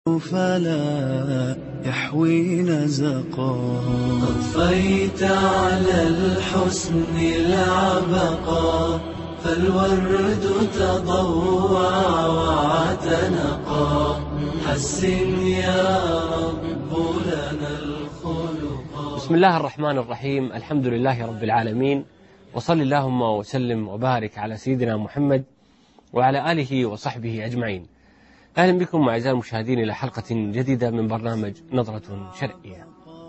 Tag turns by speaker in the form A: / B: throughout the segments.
A: فلا يحوي نزقا.
B: أضفيت على الحسن العبقا، فالورد تضوع واعتنقا. حسن يا رب لنا الخلقا.
C: بسم الله الرحمن الرحيم. الحمد لله رب العالمين، وصل اللهم وسلم وبارك على سيدنا محمد وعلى آله وصحبه أجمعين. أهلا بكم أعزائي المشاهدين إلى حلقة جديدة من برنامج نظرة شرعية.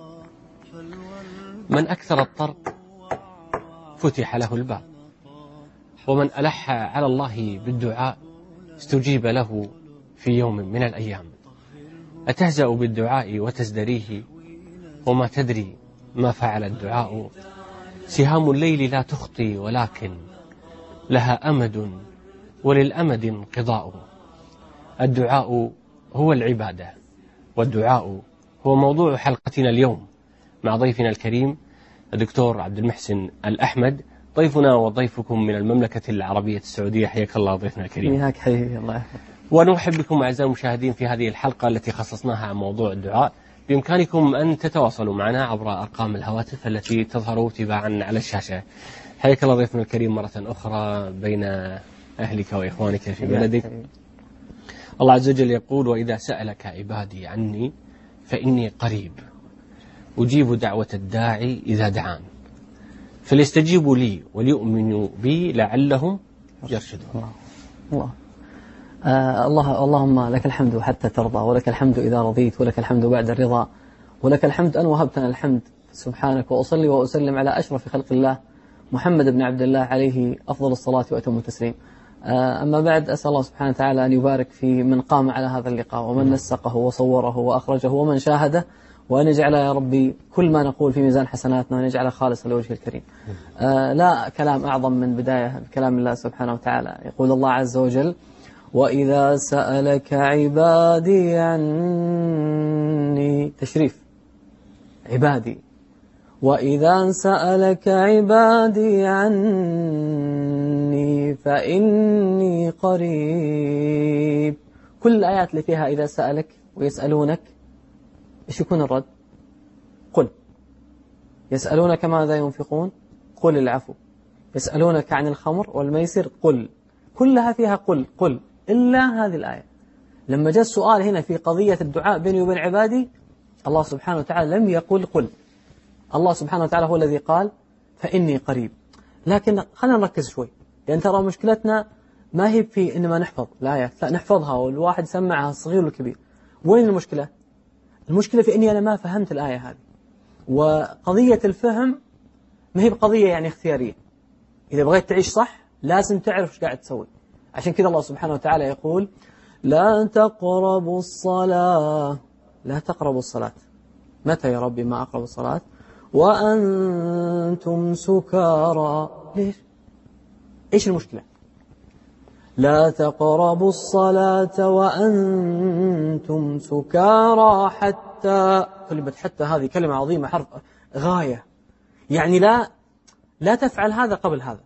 C: من أكثر الطرق فتح له الباب، ومن ألح على الله بالدعاء استجيب له في يوم من الأيام. أتهزأ بالدعاء وتزدريه، وما تدري ما فعل الدعاء. سهام الليل لا تخطي، ولكن لها أمد وللأمد انقضاء. الدعاء هو العبادة، والدعاء هو موضوع حلقتنا اليوم مع ضيفنا الكريم الدكتور عبد المحسن الأحمد، ضيفنا وضيفكم من المملكة العربية السعودية. حياك الله ضيفنا الكريم.
D: حياك حبيبي، الله يحفظك.
C: ونرحب بكم أعزائي المشاهدين في هذه الحلقة التي خصصناها عن موضوع الدعاء. بإمكانكم أن تتواصلوا معنا عبر أرقام الهواتف التي تظهر تباعا على الشاشة. حياك الله ضيفنا الكريم مرة أخرى بين أهلك وإخوانك في بلدك. الله عز وجل يقول: وإذا سألك عبادي عني فإني قريب أجيب دعوة الداعي إذا دعان فليستجيبوا لي وليؤمنوا بي لعلهم يرشدون.
D: اللهم لك الحمد حتى ترضى، ولك الحمد إذا رضيت، ولك الحمد بعد الرضا، ولك الحمد أن وهبتنا الحمد سبحانك. وأصلي وأسلم على أشرف خلق الله محمد بن عبد الله، عليه أفضل الصلاة وأتم التسليم. أما بعد، أسأل الله سبحانه وتعالى أن يبارك في من قام على هذا اللقاء، ومن نسقه وصوره وأخرجه ومن شاهده، وأن يجعل يا ربي كل ما نقول في ميزان حسناتنا، وأن يجعل خالصا لوجهه الكريم. لا كلام أعظم من بداية كلام الله سبحانه وتعالى. يقول الله عز وجل: وإذا سألك عبادي عني، تشريف عبادي، وإذا سألك عبادي عني فإني قريب. كل الآيات اللي فيها إذا سألك ويسألونك، إيش يكون الرد؟ قل. يسألونك ماذا ينفقون؟ قل العفو. يسألونك عن الخمر والميسر؟ قل. كلها فيها قل قل، إلا هذه الآية. لما جاء السؤال هنا في قضية الدعاء بيني وبين عبادي، الله سبحانه وتعالى لم يقل قل. الله سبحانه وتعالى هو الذي قال فإني قريب. لكن خلينا نركز شوي، لأن ترى مشكلتنا ما هي في إنما نحفظ الآيات، لا نحفظها والواحد سمعها الصغير والكبير. وين المشكلة؟ المشكلة في إني أنا ما فهمت الآية هذه. وقضية الفهم ما هي بقضية يعني اختيارية. إذا بغيت تعيش صح لازم تعرف ايش قاعد تسوي. عشان كذا الله سبحانه وتعالى يقول: لا تقربوا الصلاة. لا تقربوا الصلاة. متى يا ربي ما أقرب الصلاة؟ وأنتم سكارى. ليش؟ إيش المشكلة؟ لا تقربوا الصلاة وأنتم سكارى حتى. كلمة حتى هذه كلمة عظيمة، حرف غاية. يعني لا تفعل هذا قبل هذا.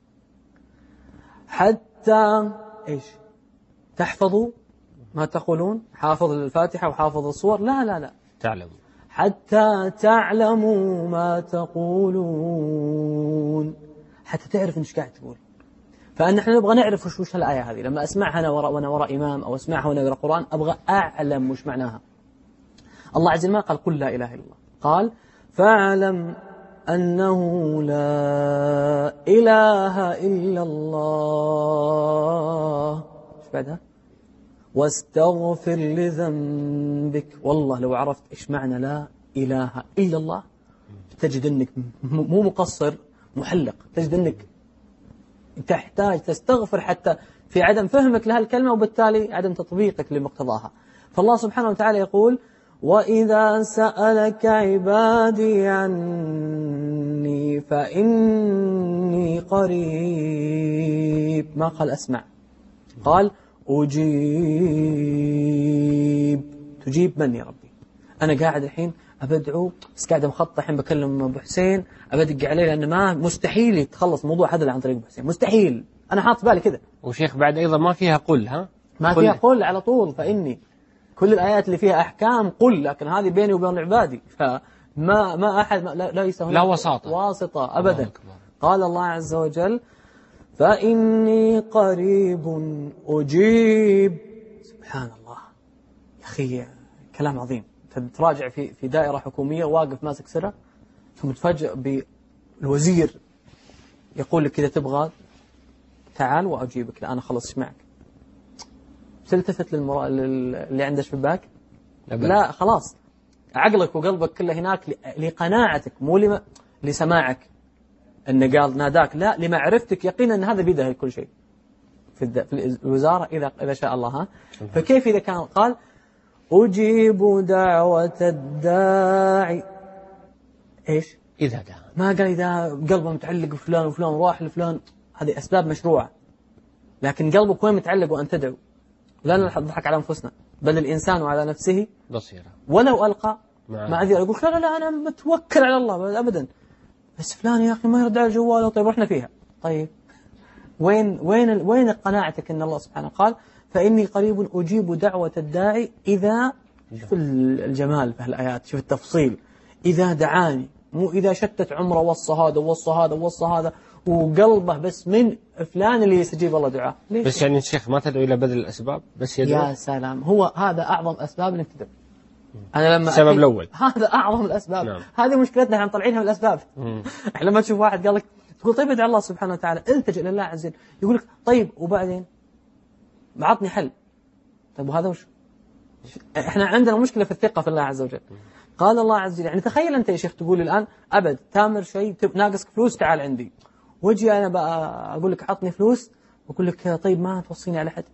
D: حتى إيش؟ تحفظوا ما تقولون، حافظ الفاتحة وحافظ الصور. لا
C: تعلموا. حتى
D: تعلموا ما تقولون، حتى تعرف إيش قاعد تقول. فنحن نبغى نعرف وش الآية هذه. لما أسمعها أنا وأنا وراء إمام، أو أسمعها وأنا أقرأ قرآن، أبغى أعلم وش معناها. الله عز وجل ما قال قل لا إله إلا الله، قال فاعلم أنه لا إله إلا الله. إيش بعدها؟ واستغفر لذنبك. والله لو عرفت إيش معنى لا إله إلا الله تجد أنك مو مقصر، محلق. تجد أنك تحتاج تستغفر حتى في عدم فهمك لها الكلمة، وبالتالي عدم تطبيقك لمقتضاها. فالله سبحانه وتعالى يقول: وإذا سألك عبادي عني فإني قريب. ما قال أسمع، قال أجيب. تجيب من يا ربي؟ أنا قاعد الحين أبدعو، بس قاعد مخطط الحين بكلم أبو حسين، أبدق عليه، لأن ما مستحيل يتخلص موضوع هذا عن طريق أبو حسين، مستحيل. أنا حاط بالي كده.
C: وشيخ بعد أيضا ما فيها قل، ها؟
D: ما فيها قل على طول. فإني كل الآيات اللي فيها أحكام قل، لكن هذه بيني وبين عبادي، فما أحد ليس هناك
C: لا
D: واسطة أبدا. قال الله عز وجل فإني قريب أجيب. سبحان الله يا أخي، كلام عظيم. تراجع في دائرة حكومية واقف ماسك سرة، ثم تفاجأ بالوزير يقول لك إذا تبغى تعال وأجيبك، لا أنا خلص معك. تلتفت اللي عنده شباك؟ لا خلاص، عقلك وقلبك كله هناك لقناعتك، مو لسماعك أن قال ناداك، لا لمعرفتك يقينا أن هذا بيده كل شيء في الوزارة إذا شاء الله. ها فكيف إذا كان قال أجيب دعوة الداعي، إيش
C: إذا دعا،
D: ما قال إذا قلبه متعلق بفلان وفلان راح لفلان، هذه أسباب مشروعة، لكن قلبك وين متعلق وأن تدعو؟ لا نضحك على أنفسنا، بل الإنسان على نفسه
C: بصيرة،
D: ولو ألقى معذرة يقول لا أنا متوكل على الله أبدا، بس فلان يا أخي ما يرد على جواله، طيب رحنا فيها. طيب وين قناعتك أن الله سبحانه قال فإني قريب أجيب دعوة الداعي إذا، شوف الجمال في الآيات، شوف التفصيل، إذا دعاني، مو إذا شتت عمره وصى هذا وقلبه بس من فلان اللي يستجيب الله دعاه.
C: بس يعني الشيخ ما تدعو إلى بذل الأسباب بس يدعو؟ يا
D: سلام، هو هذا أعظم أسباب إنك تدعو. أنا لما
C: السبب الأول
D: هذا أعظم الأسباب.
C: نعم.
D: هذه مشكلتنا، احنا مطلعينها من الأسباب. احنا لما تشوف واحد قال لك تقول طيب ادعو الله سبحانه وتعالى، التجئ لله عز وجل، يقول لك طيب وبعدين عطني حل. طيب وهذا وش؟ احنا عندنا مشكلة في الثقة في الله عز وجل. قال الله عز وجل، يعني تخيل أنت يا شيخ تقول لي الآن أبد تامر شيء ناقصك فلوس تعال عندي، وجي أنا بقى أقول لك عطني فلوس وأقول لك طيب ما توصيني على حد،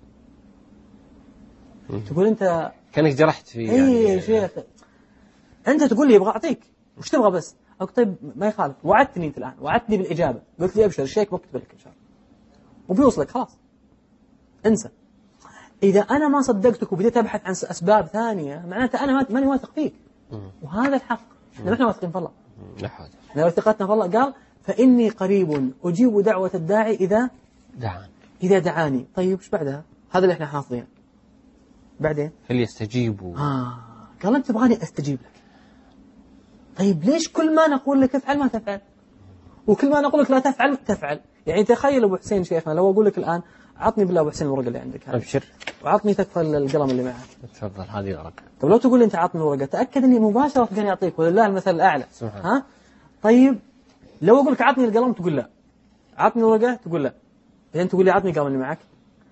D: تقول أنت
C: كأنك جرحت فيه.
D: يا شيخ أنت تقول لي أبغى أعطيك وش تبغى، بس أقول طيب ما يخالف، وعدتني أنت الآن، وعدتني بالإجابة، قلت لي أبشر الشيك بكتب لك إن شاء الله وبيوصلك، خلاص انسى. إذا أنا ما صدقتك وبديت أبحث عن أسباب ثانية معناته أنا ماني واثق فيك، وهذا الحق. نحن واثقين في الله، لو ثقتنا في الله قال فإني قريب أجيب دعوة الداعي إذا دعاني. طيب وش بعدها؟ هذا اللي احنا حافظينه. بعدين
C: فليستجيبوا.
D: قال أنت تبغاني أستجيب لك، طيب ليش كل ما نقول لك افعل ما تفعل، وكل ما نقول لك لا تفعل تفعل؟ يعني تخيل أبو حسين شيخنا لو أقول لك الآن عطني بالله أبو حسين الورقة اللي عندك،
C: أبشر،
D: وعطني تكفى القلم اللي معك.
C: تفضل هذه ورقة.
D: طيب لو تقول لي أنت عطني الورقة، تأكد إني مباشرة كان يعطيك، ولله المثل الأعلى. ها طيب لو أقول لك عطني القلم تقول لا، عطني الورقة تقول لا، بعدين تقول لي عطني القلم اللي معك.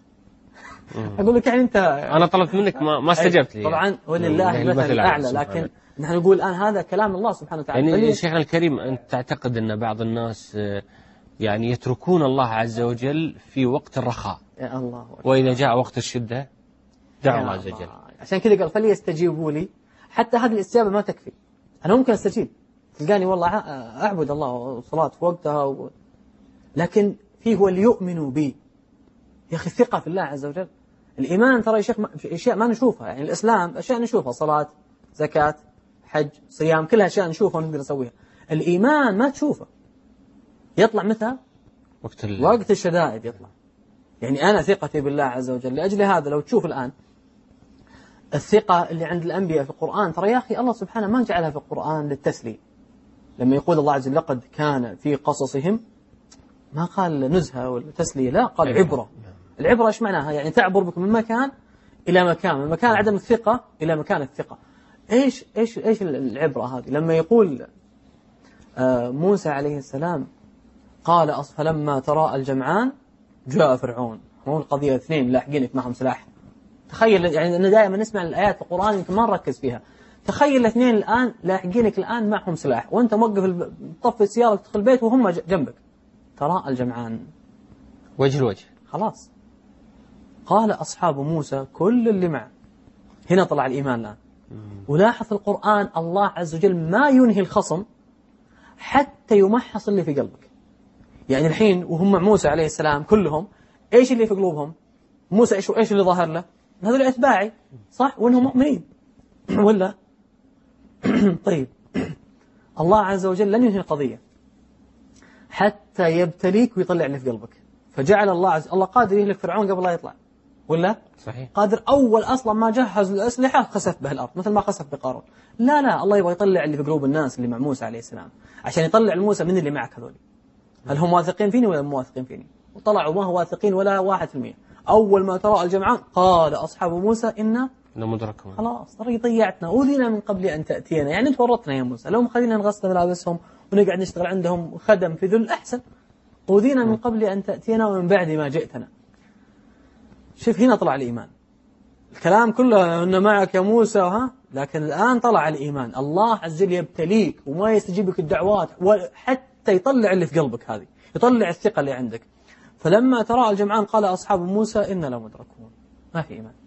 D: أقول لك يعني أنت
C: أنا طلبت منك ما استجبت لي.
D: طبعا ولله المثل الأعلى، لكن نحن نقول الآن هذا كلام الله سبحانه وتعالى.
C: يعني شيخنا الكريم، أنت تعتقد أن بعض الناس يعني يتركون الله عز وجل في وقت الرخاء،
D: يا الله،
C: وإذا جاء وقت الشدة دعوا الله عز وجل.
D: عشان كذا قال فليستجيبوا لي. حتى هذه الاستجابة ما تكفي، أنا ممكن أستجيب، تلقاني والله أعبد الله وصلاة في وقتها لكن فيه هو اللي يؤمنوا بي. يا أخي الثقة في الله عز وجل، الإيمان ترى يا شيخ أشياء ما نشوفها، يعني الإسلام أشياء نشوفها، صلاة زكاة حج صيام، كلها أشياء نشوفها ونقدر نسويها. الإيمان ما تشوفه، يطلع متى؟ وقت الشدائد يطلع. يعني أنا ثقتي بالله عز وجل، لأجل هذا لو تشوف الآن الثقة اللي عند الأنبياء في القرآن، ترى يا أخي الله سبحانه ما جعلها في القرآن للتسلية. لما يقول الله عز وجل لقد كان في قصصهم، ما قال نزهة ولا تسلية، لا قال عبرة. العبرة إيش معناها؟ يعني تعبر بك من مكان إلى مكان، من مكان عدم الثقة إلى مكان الثقة. إيش العبرة هذه؟ لما يقول موسى عليه السلام قال فلما تراءى الجمعان جاء فرعون، هو القضية اثنين لاحقينك معهم سلاح. تخيل، يعني أنا دائما نسمع الآيات في القرآن يمكن ما نركز فيها. تخيل الاثنين الآن لاحقينك الآن معهم سلاح، وأنت موقف طفي السيارة تدخل البيت وهم جنبك. تراءى الجمعان
C: وجه لوجه،
D: خلاص. قال أصحاب موسى كل اللي معه. هنا طلع الإيمان الآن. ولاحظ القرآن الله عز وجل ما ينهي الخصم حتى يمحص اللي في قلبك. يعني الحين وهم مع موسى عليه السلام كلهم، إيش اللي في قلوبهم؟ موسى إيش اللي ظاهر له؟ هذول أتباعي، صح؟ وإنهم مؤمنين ولا؟ طيب الله عز وجل لن ينهي القضية حتى يبتليك ويطلع اللي في قلبك. فجعل الله قادر يهلك فرعون قبل لا يطلع. ولا؟
C: صحيح.
D: قادر أول أصلا ما جهز الأسلحة خسف به الأرض مثل ما خسف بقارون. لا الله يبغى يطلع اللي في قلوب الناس اللي مع موسى عليه السلام، عشان يطلع موسى من اللي معك هذول، هل هم واثقين فيني ولا مو واثقين فيني؟ وطلعوا ما هو واثقين ولا 1%. أول ما تراءى الجمعان قال أصحاب موسى إنا
C: لمدركون.
D: خلاص طريق ضيعتنا، أوذينا من قبل أن تأتينا، يعني أنت ورطنا يا موسى، لو خلينا نغسل ملابسهم ونقعد نشتغل عندهم خدم في ذل أحسن. أوذينا من قبل أن تأتينا ومن بعد ما جئتنا. شوف هنا طلع الإيمان. الكلام كله أن معك يا موسى لكن الآن طلع الإيمان. الله عز وجل يبتليك وما يستجيب لك الدعوات وحتى يطلع اللي في قلبك، هذه يطلع الثقة اللي عندك. فلما تراءى الجمعان قال أصحاب موسى إنا لمدركون، ما في إيمان.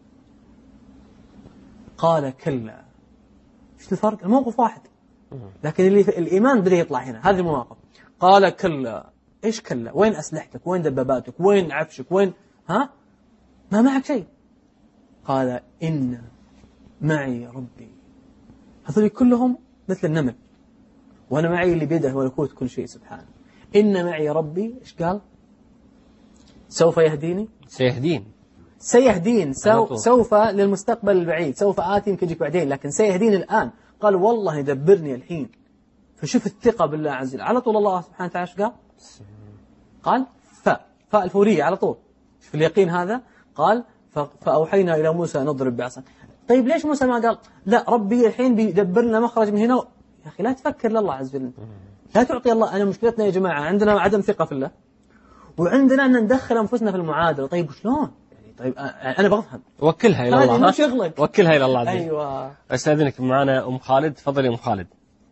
D: قال كلا. ايش الفرق؟ الموقف واحد، لكن اللي في الإيمان بدأ يطلع هنا. هذه المواقف. قال كلا. إيش كلا؟ وين أسلحتك؟ وين دباباتك؟ وين عفشك؟ وين ما معك شيء. قال إن معي ربي. هذول كلهم مثل النمل، وأنا معي اللي بيده ملكوت كل شيء سبحانه. إن معي ربي. إيش قال؟ سوف يهديني. سيهدين. سوف للمستقبل البعيد، سوف آتي يمكن يجيك بعدين، لكن سيهدين الآن. قال والله يدبرني الحين. فشوف الثقة بالله عز وجل على طول. الله سبحانه وتعالى قال فاء الفورية على طول. في اليقين هذا قال فأوحينا إلى موسى نضرب بعصا. طيب ليش موسى ما قال لا ربي الحين بيدبر لنا مخرج من هنا؟ يا أخي لا تفكر لله عز وجل، لا تعطي الله. أنا مشكلتنا يا جماعة عندنا عدم ثقة في الله، وعندنا أن ندخل أنفسنا في المعادلة. طيب وشلون؟ طيب أنا بفهم.
C: وكلها إلى الله.
D: مو شغلك.
C: وكلها إلى الله.
D: أيوة.
C: أستاذنك معنا أم خالد. تفضل يا أم خالد.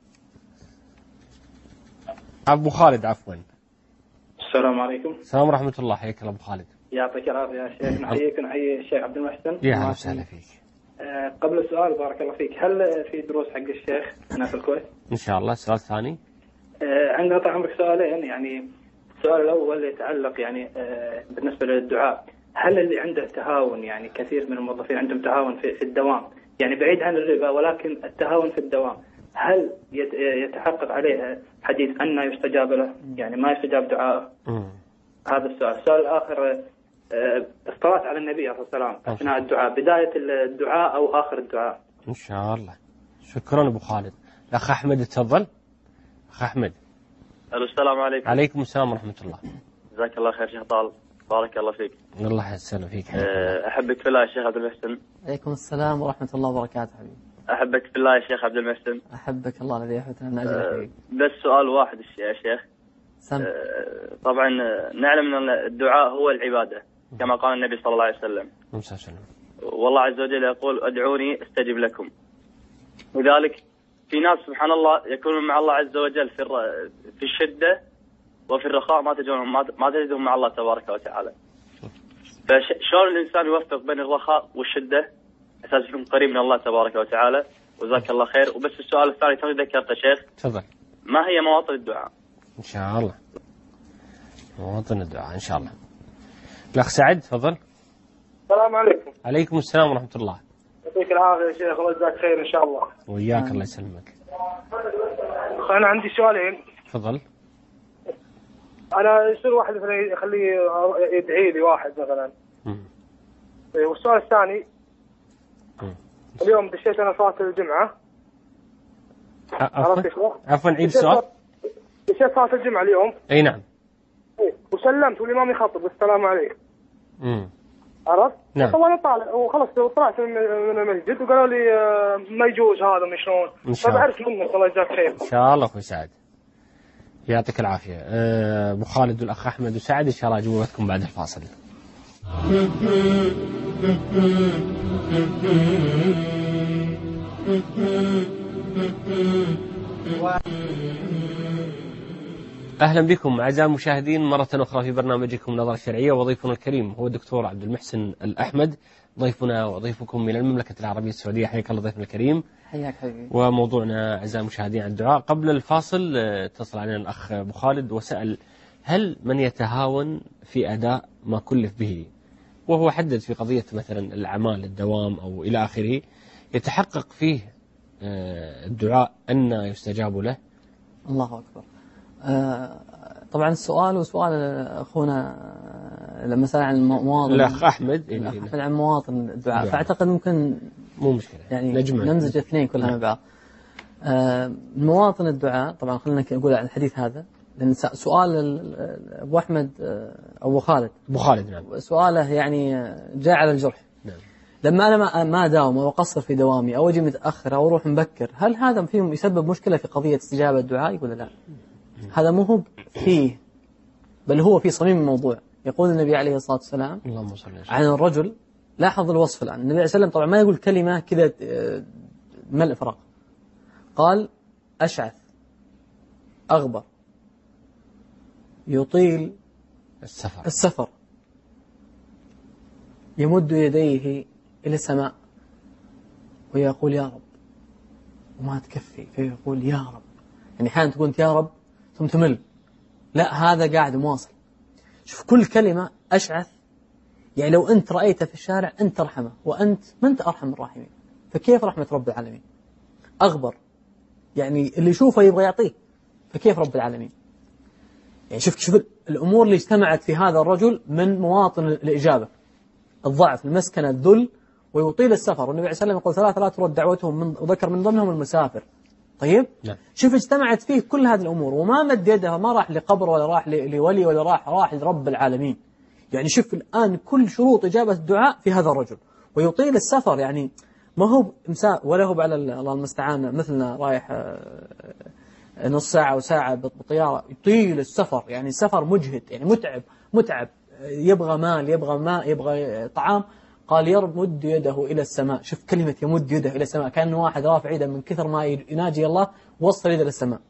C: أبو خالد عفوا.
E: السلام عليكم.
C: السلام ورحمة الله. حياك الله أبو خالد.
E: يعطيك العافية يا شيخ. نحييك ونحيي الشيخ عبد المحسن.
C: يا أهلا وسهلا فيك.
E: قبل السؤال بارك الله فيك، هل في دروس حق الشيخ هنا في الكويت؟
C: إن شاء الله. السؤال الثاني.
E: عندنا طال عمرك سؤالين. يعني السؤال الأول يتعلق يعني بالنسبة للدعاء، هل اللي عنده تهاون، يعني كثير من الموظفين عندهم تهاون في الدوام، يعني بعيد عن الربا ولكن التهاون في الدوام، هل يتحقق عليه حديث أن يستجاب له، يعني ما يستجاب دعاءه؟ هذا السؤال. السؤال الآخر، الصلاة على النبي عليه الصلاة والسلام أثناء الدعاء، بداية الدعاء أو آخر الدعاء؟ إن
C: شاء الله. شكرا أبو خالد. الأخ أحمد تفضل. أخ أحمد.
F: السلام عليكم.
C: عليكم السلام ورحمة الله.
F: جزاك الله خير شيخ طال، بارك الله فيك.
C: الله يسلم فيك.
F: أحبك في الله يا شيخ عبد المحسن.
D: عليكم السلام ورحمة الله وبركاته حبيبي.
F: أحبك في الله يا شيخ عبد المحسن.
D: أحبك الله الذي أحببتنا من أجل حبيبي.
F: بس سؤال واحد يا شيخ. طبعا نعلم أن الدعاء هو العبادة كما قال النبي صلى الله عليه وسلم. والله عز وجل يقول ادعوني استجب لكم. لذلك في ناس سبحان الله يكونون مع الله عز وجل في الشدة وفي الرخاء ما تجدهم مع الله تبارك وتعالى. فشلون الإنسان يوفق بين الرخاء والشدة أساس يكون قريب من الله تبارك وتعالى؟ وجزاك الله خير. وبس السؤال الثاني توني ذكرته شيخ.
C: تفضل.
F: ما هي مواطن الدعاء؟
C: إن شاء الله. مواطن الدعاء إن شاء الله. الأخ سعد تفضل.
G: السلام عليكم.
C: عليكم السلام ورحمة الله.
G: يعطيك العافية يا شيخ، الله يجزاك خير إن شاء الله.
C: وإياك الله يسلمك.
G: أنا عندي سؤالين.
C: تفضل.
G: أنا يصير واحد يخليه يدعي لي واحد مثلا. والسؤال الثاني، اليوم دشيت أنا صلاة الجمعة.
C: عفوا عيد السؤال.
G: دشيت صلاة الجمعة اليوم.
C: أي نعم.
G: وسلمت والإمام يخطب السلام عليكم. عرفت؟
C: نعم.
G: طبعا طالع وخلص طلعت من المسجد وقالوا لي ما يجوز هذا من شلون. فبعرف منك الله يجزاك خير.
C: إن شاء الله أخوي سعد. يعطيك العافية. أبو خالد والأخ أحمد وسعد إن شاء الله أجوبتكم بعد الفاصل. أهلا بكم أعزائي المشاهدين مرة أخرى في برنامجكم نظرة شرعية، وضيفنا الكريم هو الدكتور عبد المحسن الأحمد، ضيفنا وضيفكم من المملكة العربية السعودية. حياك الله ضيفنا الكريم.
D: حياك حبيبي.
C: وموضوعنا أعزائي المشاهدين عن الدعاء. قبل الفاصل اتصل علينا الأخ أبو خالد وسأل هل من يتهاون في أداء ما كلف به، وهو حدد في قضية مثلا الأعمال الدوام أو إلى آخره، يتحقق فيه الدعاء أن يستجاب له؟
D: الله أكبر. طبعا السؤال وسؤال أخونا المسألة عن مواطن
C: الأخ أحمد
D: عن مواطن الدعاء، فأعتقد ممكن
C: مو مشكلة يعني
D: نمزج الاثنين كلها مع بعض. مواطن الدعاء طبعا خلينا نقول عن الحديث هذا، لأن سؤال أبو أحمد أبو خالد
C: نعم،
D: سؤاله يعني جاء على الجرح.
C: نعم.
D: لما أنا ما داوم أو أقصر في دوامي أو أجي متأخر أو أروح مبكر، هل هذا فيه يسبب مشكلة في قضية استجابة الدعاء ولا لا؟ هذا مو هو فيه، بل هو في صميم الموضوع. يقول النبي عليه الصلاة والسلام عن الرجل، لاحظ الوصف الآن، النبي عليه الصلاة والسلام طبعا ما يقول كلمة كذا ملء فراغ، قال أشعث أغبر يطيل السفر يمد يديه إلى السماء ويقول يا رب، وما تكفي فيقول يا رب. يعني حين تقول يا رب ثم تمل، لا هذا قاعد مواصل. شوف كل كلمة أشعث، يعني لو أنت رأيته في الشارع أنت ترحمه، وأنت ما أنت أرحم الراحمين، فكيف رحمة رب العالمين؟ أغبر يعني اللي يشوفه يبغى يعطيه، فكيف رب العالمين؟ يعني شوف الأمور اللي اجتمعت في هذا الرجل من مواطن الإجابة: الضعف، المسكنة، الذل، ويطيل السفر. والنبي عليه الصلاة والسلام يقول 3 لا ترد دعوتهم، وذكر من ضمنهم المسافر. طيب
C: نعم.
D: شوف اجتمعت فيه كل هذه الأمور، وما مد يدها، ما راح لقبر ولا راح لولي ولا راح لرب العالمين. يعني شوف الآن كل شروط إجابة الدعاء في هذا الرجل، ويطيل السفر. يعني ما هو ولا هو على الله المستعان مثلنا رايح نص ساعة أو ساعة بالطيارة، يطيل السفر، يعني سفر مجهد، يعني متعب، يبغى مال، يبغى ماء، يبغى طعام. قال يمد يده إلى السماء. شوف كلمة يمد يده إلى السماء، كان واحد رافع يده من كثر ما يناجي الله وصل يده إلى السماء.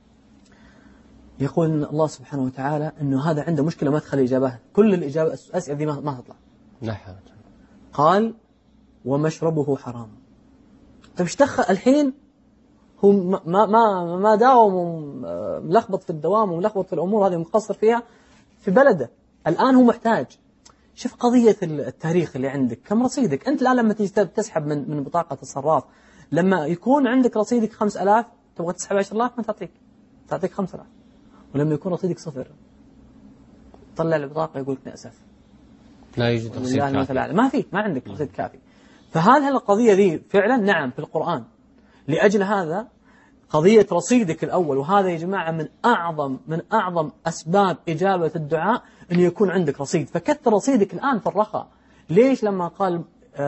D: يقول إن الله سبحانه وتعالى أنه هذا عنده مشكلة ما تخلي إجابة، كل الإجابة الأسئلة دي ما تطلع.
C: لا.
D: قال ومشربه حرام. طيب ايش دخل الحين؟ هو ما داوم وملخبط في الدوام وملخبط في الأمور هذه مقصر فيها في بلده، الآن هو محتاج. شوف قضية التاريخ اللي عندك، كم رصيدك أنت الآن لما تيجي تسحب من بطاقة الصراف، لما يكون عندك رصيدك 5000 تبغى تسحب 10,000 ما تعطيك 5000، ولما يكون رصيدك 0 طلع البطاقة يقول لك نأسف
C: لا يوجد رصيد كافي،
D: ما عندك رصيد كافي. فهذه القضية ذي فعلا نعم في القرآن. لأجل هذا قضية رصيدك الأول، وهذا يا جماعة من أعظم أسباب إجابة الدعاء أن يكون عندك رصيد. فكثر رصيدك الآن في الرخاء. ليش لما قال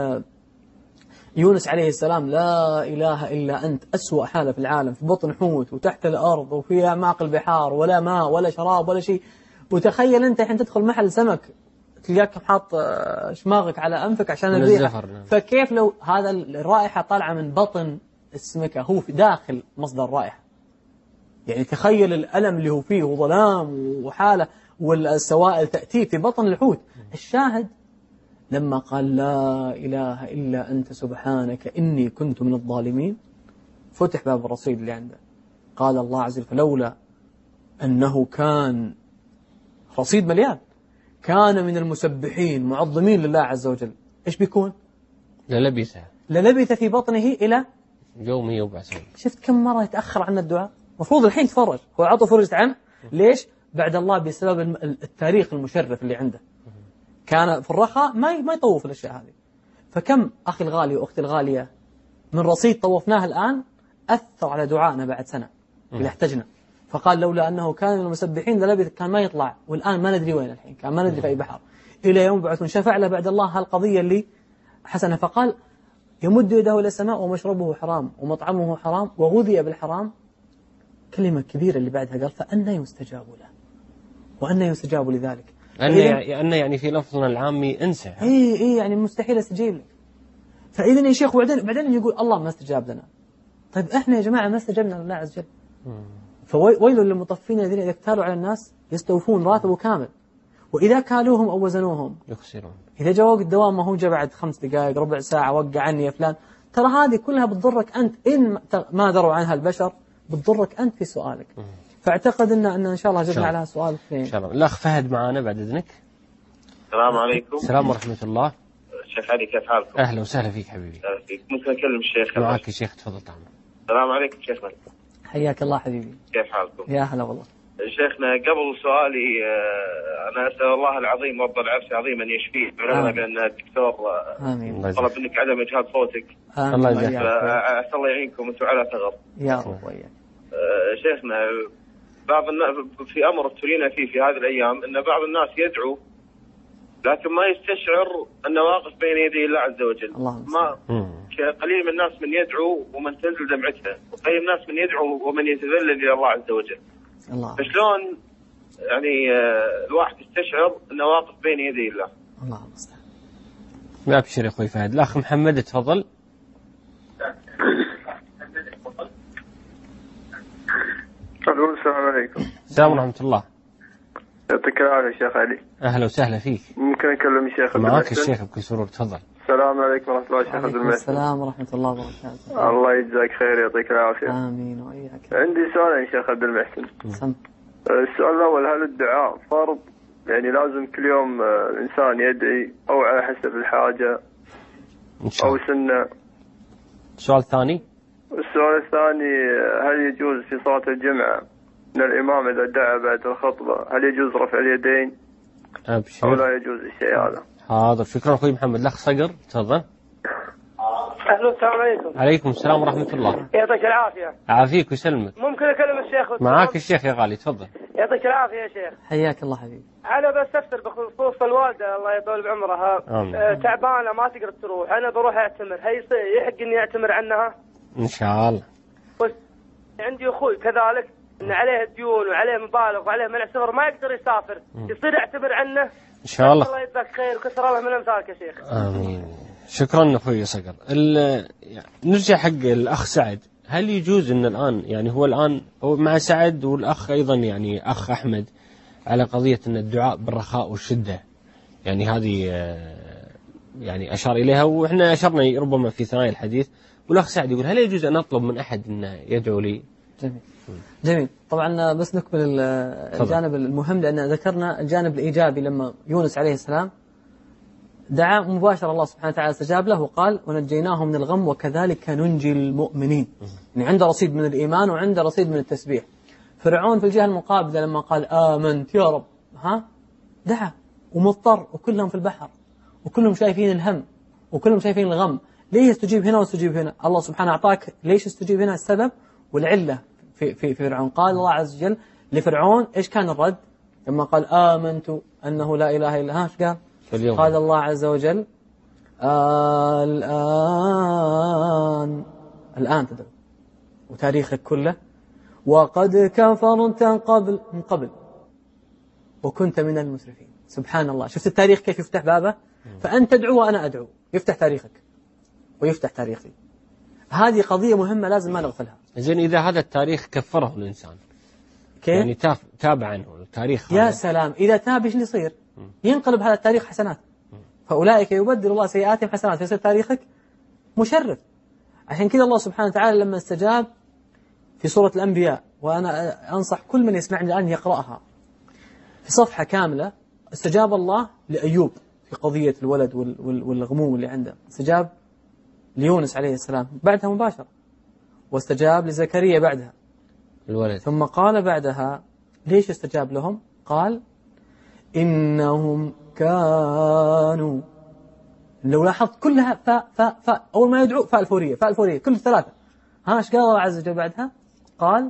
D: يونس عليه السلام لا إله إلا أنت، أسوأ حالة في العالم، في بطن حوت وتحت الأرض وفي أعماق البحار، ولا ماء ولا شراب ولا شيء. وتخيل أنت الحين تدخل محل سمك تلقاك حاط شماغك على أنفك عشان الريحة، فكيف لو هذا الرائحة طالعة من بطن السمكة، هو في داخل مصدر الرائحة. يعني تخيل الألم اللي هو فيه وظلام وحالة، والسوائل تأتي في بطن الحوت. الشاهد لما قال لا إله إلا أنت سبحانك إني كنت من الظالمين، فتح باب الرصيد اللي عنده. قال الله عز وجل فلولا أنه كان رصيد مليان، كان من المسبحين معظمين لله عز وجل، إيش بيكون؟ للبث في بطنه إلى
C: يوم يبعثون.
D: شفت كم مرة يتأخر عن الدعاء؟ مفروض الحين تفرج، هو عطوا فرجت عنه. ليش؟ بعد الله بسبب التاريخ المشرف اللي عنده. كان في الرخاء ما يطوف الأشياء هذه. فكم أخي الغالي وأختي الغالية من رصيد طوفناه الآن أثر على دعائنا بعد سنة إذا احتجنا. فقال لولا أنه كان من المسبحين للبث، كان ما يطلع، والآن ما ندري وين الحين، كان ما ندري في أي بحر إلى يوم بعثون. شفع له بعد الله هالقضية اللي حسنة. فقال يمد يده إلى السماء ومشربه حرام ومطعمه حرام وغذي بالحرام. كلمة كبيرة اللي بعدها قال فأنا يستجاب له وأنا يستجاب لذلك.
C: أن يعني في لفظنا العامي انسى.
D: إيه يعني مستحيل استجيب لك. فإذن يا شيخ بعدين يقول الله ما استجاب لنا. طيب إحنا يا جماعة ما استجبنا لله عز وجل. فويل للمطفين الذين إذا اكتالوا على الناس يستوفون راتبه كامل، وإذا كالوهم أو وزنوهم
C: يخسرون.
D: إذا جاء وقت الدوام ما هو جاء بعد 5 دقائق ربع ساعة وقع عني يا فلان، ترى هذه كلها بتضرك أنت إن ما دروا عنها البشر، بتضرك أنت في سؤالك. فاعتقد أن إن شاء الله جبنا على سؤال اثنين.
C: إن شاء الله. الأخ فهد معنا بعد إذنك.
H: السلام عليكم.
C: السلام ورحمة الله.
H: شيخ علي كيف حالكم؟
C: أهلا وسهلا فيك حبيبي.
H: أهلا فيك. ممكن أكلم الشيخ؟
C: معك يا شيخ، تفضل تعمل.
H: السلام عليكم شيخنا.
D: حياك الله حبيبي.
H: كيف حالكم؟
D: يا هلا والله.
H: شيخنا قبل سؤالي أنا أسأل الله العظيم رب العرش العظيم أن يشفيه، بلغنا بأن الدكتور طلب منك عدم إجهاد صوتك.
C: الله يجزاك.
H: أسأل الله يعينكم أنتم على ثغر.
D: يا رب وياك.
H: شيخنا بعض الناس في أمر ابتلينا فيه في هذه الأيام أن بعض الناس يدعو لكن ما يستشعر أنه واقف بين يدي الله عز وجل. ما قليل من الناس من يدعو ومن تنزل دمعته، وقليل من الناس من يدعو ومن يتذلل إلى الله عز وجل. فشلون يعني الواحد يستشعر أنه واقف بين يدي الله؟
D: الله المستعان.
C: ما أبشر يا أخوي فهد. الأخ محمد تفضل.
I: السلام عليكم.
C: السلام ورحمة الله.
I: يعطيك العافية شيخ علي.
C: أهلا وسهلا فيك.
I: ممكن أكلم الشيخ؟
C: معك الشيخ بكل سرور، تفضل.
I: السلام عليكم ورحمة الله شيخ عبد المحسن.
D: السلام ورحمة الله وبركاته.
I: الله يجزاك خير يعطيك العافية.
D: آمين وإياك.
I: عندي سؤالين شيخ عبد المحسن. السؤال الأول، هل الدعاء فرض؟ يعني لازم كل يوم الإنسان يدعي أو على حسب الحاجة أو سنة؟
C: السؤال الثاني.
I: السؤال الثاني، هل يجوز في صلاة الجمعة أن الإمام إذا دعا بعد الخطبة هل يجوز رفع اليدين؟
C: أبشر.
I: أو لا يجوز الشيء هذا؟
C: حاضر، شكرا أخوي محمد. الأخ صقر تفضل.
G: أهلا السلام عليكم.
C: عليكم السلام ورحمة الله.
G: يعطيك العافية.
C: عافيك ويسلمك.
G: ممكن أكلم الشيخ؟
C: معاك الشيخ يا غالي، تفضل.
G: يعطيك العافية يا شيخ.
D: حياك الله حبيبي.
G: أنا بستفسر بخصوص الوالدة الله يطول بعمرها. تعبانة ما تقدر تروح، أنا بروح أعتمر، هي يحق إني أعتمر عنها؟
C: إن شاء الله.
G: عندي أخوي كذلك إن عليه ديون وعليه مبالغ وعليه منع سفر ما يقدر يسافر، يصير أعتمر عنه؟
C: إن شاء الله.
G: الله يجزاك خير وكثر الله من أمثالك يا شيخ.
C: آمين. شكرا أخوي صقر. نرجع حق الأخ سعد. هل يجوز أن الآن يعني هو الآن مع سعد والأخ أيضا يعني أخ أحمد على قضية أن الدعاء بالرخاء والشدة، يعني هذه يعني أشار إليها وإحنا أشرنا ربما في ثنايا الحديث، والأخ سعد يقول هل يجوز أن أطلب من أحد أنه يدعو لي؟
D: جميل. طبعا بس نكمل الجانب المهم، لأن ذكرنا الجانب الإيجابي لما يونس عليه السلام دعا مباشرة الله سبحانه وتعالى استجاب له وقال ونجيناه من الغم وكذلك ننجي المؤمنين. يعني عنده رصيد من الإيمان وعنده رصيد من التسبيح. فرعون في الجهة المقابلة لما قال آمنت يا رب دعا ومضطر وكلهم في البحر وكلهم شايفين الهم وكلهم شايفين الغم، ليه يستجيب هنا ويستجيب هنا؟ الله سبحانه أعطاك ليش يستجيب هنا، السبب والعلة في فرعون. قال الله عز وجل لفرعون إيش كان الرد لما قال آمنت أنه لا إله إلا إيش قال؟ قال الله عز وجل الآن تدعو وتاريخك كله وقد كفرت من قبل وكنت من المسرفين. سبحان الله، شفت التاريخ كيف يفتح بابه؟ فأنت تدعو وأنا أدعو، يفتح تاريخك ويفتح تاريخي. هذه قضية مهمة لازم ما نغفلها.
C: زين إذا هذا التاريخ كفره الإنسان
D: كيف؟
C: يعني تاب عنه التاريخ
D: يا سلام، إذا تاب إيش اللي يصير؟ ينقلب هذا التاريخ حسنات، فأولئك يبدل الله سيئاتهم حسنات، فيصير تاريخك مشرف. عشان كذا الله سبحانه وتعالى لما استجاب في سورة الأنبياء، وأنا أنصح كل من يسمعني الآن يقرأها في صفحة كاملة، استجاب الله لأيوب في قضية الولد والغموم اللي عنده، استجاب ليونس عليه السلام بعدها مباشرة، واستجاب لزكريا بعدها
C: الولد،
D: ثم قال بعدها ليش استجاب لهم؟ قال إنهم كانوا، لو لاحظت كلها فاء أول ما يدعو فاء الفورية كل ثلاثة. ايش قال الله عز وجل بعدها؟ قال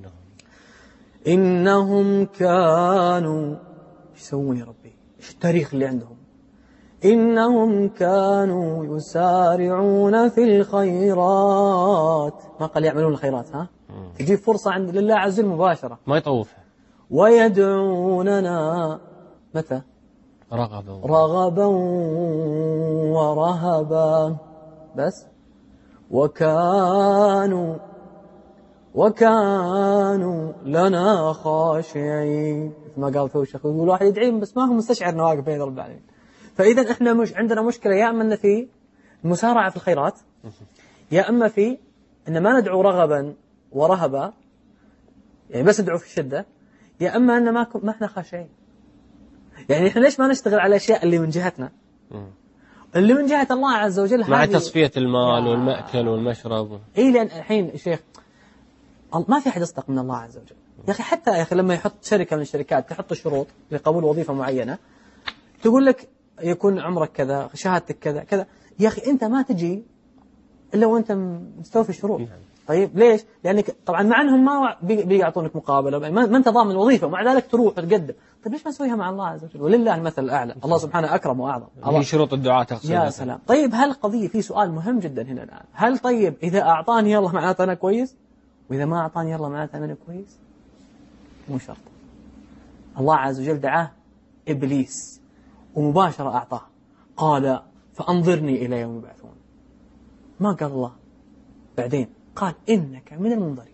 D: إنهم كانوا، ايش يسوون يا ربي؟ ايش التاريخ اللي عندهم؟ إنهم كانوا يسارعون في الخيرات، ما قال يعملون الخيرات، تجيب فرصة عند لله عز وجل مباشرة،
C: ما يطوفها.
D: ويدعوننا متى؟ رغبا ورهبا، بس وكانوا لنا خاشعين، ما قال فيه الشيخ يقول واحد يدعي بس ما هو مستشعر انه واقف بين رب العالمين. فإذا احنا مش عندنا مشكلة، يا اما في المسارعة في الخيرات، يا اما في ان ما ندعو رغبا ورهبا يعني بس ندعو في الشدة، يا اما ان ما احنا خاشعين. يعني احنا ليش ما نشتغل على الاشياء اللي من جهتنا، اللي من جهة الله عز وجل،
C: مع تصفية المال والمأكل والمشرب.
D: اي لأن الحين الشيخ ما في أحد يصدق من الله عز وجل، يا أخي حتى يا أخي لما يحط شركة من الشركات تحط الشروط لقبول وظيفة معينة، تقول لك يكون عمرك كذا، شهادتك كذا كذا. يا أخي أنت ما تجي إلا وأنت مستوفي الشروط. طيب ليش؟ لأنك طبعا مع أنهم ما بيعطونك مقابلة، ما أنت ضامن الوظيفة، ومع ذلك تروح وتقدم. طيب ليش ما نسويها مع الله عز وجل؟ ولله المثل الأعلى، الله سبحانه أكرم وأعظم.
C: في شروط الدعاء تقصد.
D: يا سلام. طيب هل قضية في سؤال مهم جدا هنا الآن، هل طيب إذا أعطاني الله معناته أنا كويس، وإذا ما أعطاني الله معناته أنا كويس؟ مو شرط. الله عز وجل دعاه إبليس ومباشرة أعطاه، قال فأنظرني إلى يوم يبعثون. ما قال الله بعدين، قال إنك من المنظرين.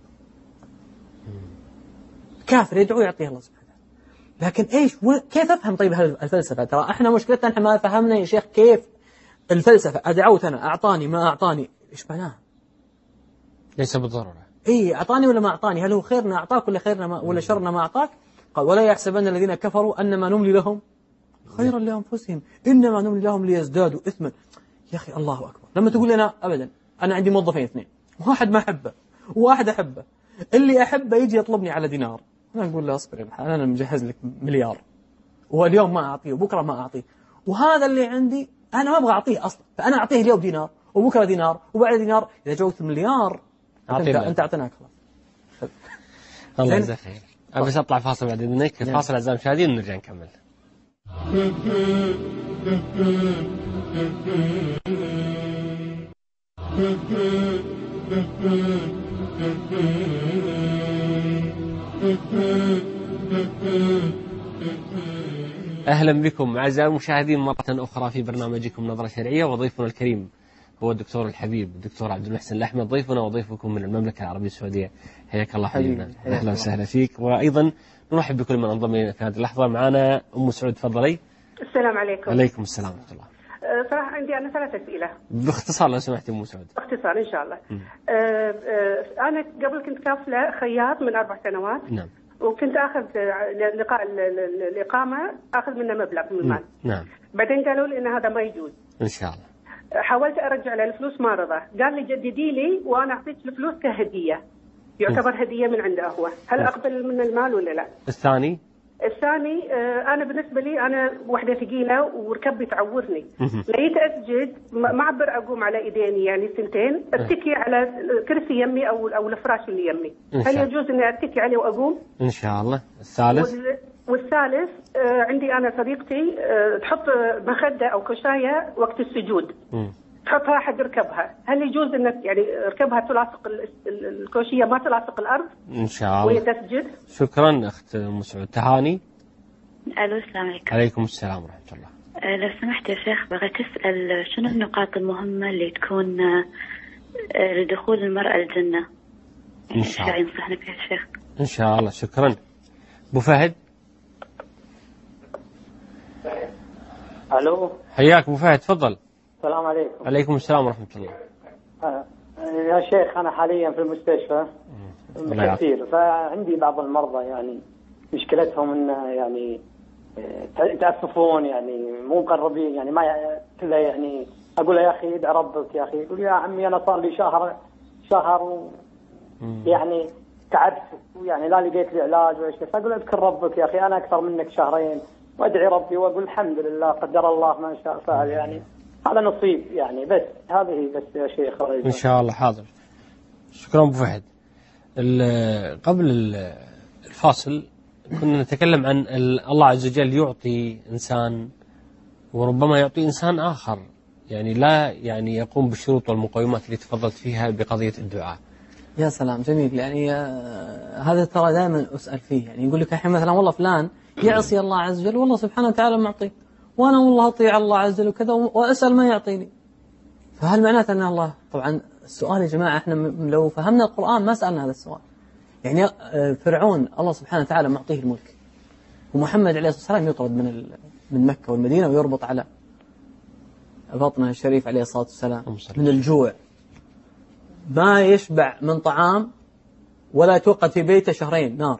D: كافر يدعو يعطيه الله سبحانه. لكن إيش كيف أفهم طيب الفلسفة؟ ترى إحنا مشكلتنا إحنا ما فهمنا يا شيخ كيف الفلسفة. أدعوت أنا، أعطاني ما أعطاني، إيش معناه؟
C: ليس بالضرورة.
D: إيه أعطاني ولا ما أعطاني؟ هل هو خيرنا أعطاك ولا خيرنا ما ولا شرنا ما أعطاك؟ قال ولا يحسبن الذين كفروا أنما نملي لهم خيرا لأنفسهم إنما نملي لهم ليزدادوا إثما. يا أخي الله أكبر. لما تقول لنا أبدا أنا عندي موظفين اثنين، واحد ما أحبه وواحد أحبه، اللي أحبه يجي يطلبني على دينار، أنا أقول له أصبر أنا مجهز لك مليار، واليوم ما أعطيه وبكرة ما أعطيه، وهذا اللي عندي أنا ما أبغى أعطيه أصلا، فأنا أعطيه اليوم دينار وبكرة دينار وبعد دينار. إذا جوت مليار أنت أعطيناك خلاص.
C: الله يجزاك خير. بس أطلع فاصل بعد إذنك، فاصل أعزائي المشاهدين ونرجع نكمل. أهلا بكم أعزائي المشاهدين مرة أخرى في برنامجكم نظرة شرعية، وضيفنا الكريم هو الدكتور الحبيب الدكتور عبد المحسن الأحمد، ضيفنا وضيفكم من المملكة العربية السعودية. حياك الله حبيبنا، أهلا وسهلا فيك. وأيضا نرحب بكل من انضم إلينا في هذه اللحظة. معنا أم سعود، تفضلي.
J: السلام عليكم.
C: عليكم السلام ورحمة الله.
J: صراحة عندي أنا 3 أسئلة
C: باختصار لو سمحتي أم سعود.
J: باختصار إن شاء الله. أنا قبل كنت كافلة خياط من 4 سنوات.
C: نعم.
J: وكنت أخذ لقاء الإقامة أخذ منه مبلغ من المال.
C: نعم.
J: بعدين قالوا لي إن هذا ما يجوز.
C: إن شاء الله.
J: حاولت أرجع له الفلوس ما رضى، قال لي جددي لي وأنا أعطيك الفلوس كهدية، يعتبر هدية من عنده هو. هل أقبل من المال ولا لا؟
C: الثاني
J: أنا بالنسبة لي أنا وحدة ثقيلة وركبي تعورني، لقيت أسجد ما أعبر أقوم على إيديني يعني سنتين، أتكي على كرسي يمي أو الفراش اللي يمي، هل يجوز إني أتكي عليه وأقوم؟
C: إن شاء الله. الثالث
J: والثالث عندي أنا صديقتي تحط مخدة أو كشاية وقت السجود، تحطها حق ركبها، هل يجوز انك يعني ركبها تلاصق الكوشيه ما تلاصق الارض
C: ان شاء الله
J: وهي تسجد؟
C: شكرا اخت مسعود. تهاني.
K: الو السلام عليكم.
C: عليكم السلام ورحمه الله.
K: لو سمحت يا شيخ بغيت اسال شنو النقاط المهمه اللي تكون لدخول المراه الجنه؟
C: ان شاء الله.
K: ينصحنا فيها الشيخ.
C: ان شاء الله. شكرا. ابو فهد.
L: الو.
C: حياك ابو فهد، تفضل.
L: السلام عليكم.
C: عليكم السلام ورحمة الله.
L: يا شيخ أنا حاليا في المستشفى كثير، فعندي بعض المرضى يعني مشكلتهم إنه يعني يتأسفون، يعني مو مقربين، يعني ما كذا، يعني أقول له يا أخي ادع ربك يا أخي، يقول يا عمي أنا صار لي شهر يعني تعبت، يعني لا لقيت لي علاج ولا شيء، فأقول اذكر ربك يا أخي أنا أكثر منك شهرين، وأدعي ربي وأقول الحمد لله قدر الله ما شاء فعل، يعني هذا نصيب يعني. بس هذه بس يا شيخ.
C: إن شاء الله. حاضر. شكرا أبو فهد. قبل الفاصل كنا نتكلم عن الله عز وجل يعطي إنسان وربما يعطي إنسان آخر، يعني لا يعني يقوم بالشروط والمقومات اللي تفضلت فيها بقضية الدعاء.
D: يا سلام جميل. يعني هذا ترى دائما أسأل فيه، يعني يقول لك الحين مثلا والله فلان يعصي الله عز وجل والله سبحانه وتعالى معطيه، وأنا والله أطيع الله عز وجل وكذا وأسأل ما يعطيني، فهل معناته أن الله؟ طبعا السؤال يا جماعة احنا لو فهمنا القرآن ما سألنا هذا السؤال. يعني فرعون الله سبحانه وتعالى معطيه الملك، ومحمد عليه الصلاة والسلام يطرد من مكة والمدينة ويربط على بطنه الشريف عليه الصلاة والسلام من الجوع، ما يشبع من طعام ولا توقد في بيته شهرين نار،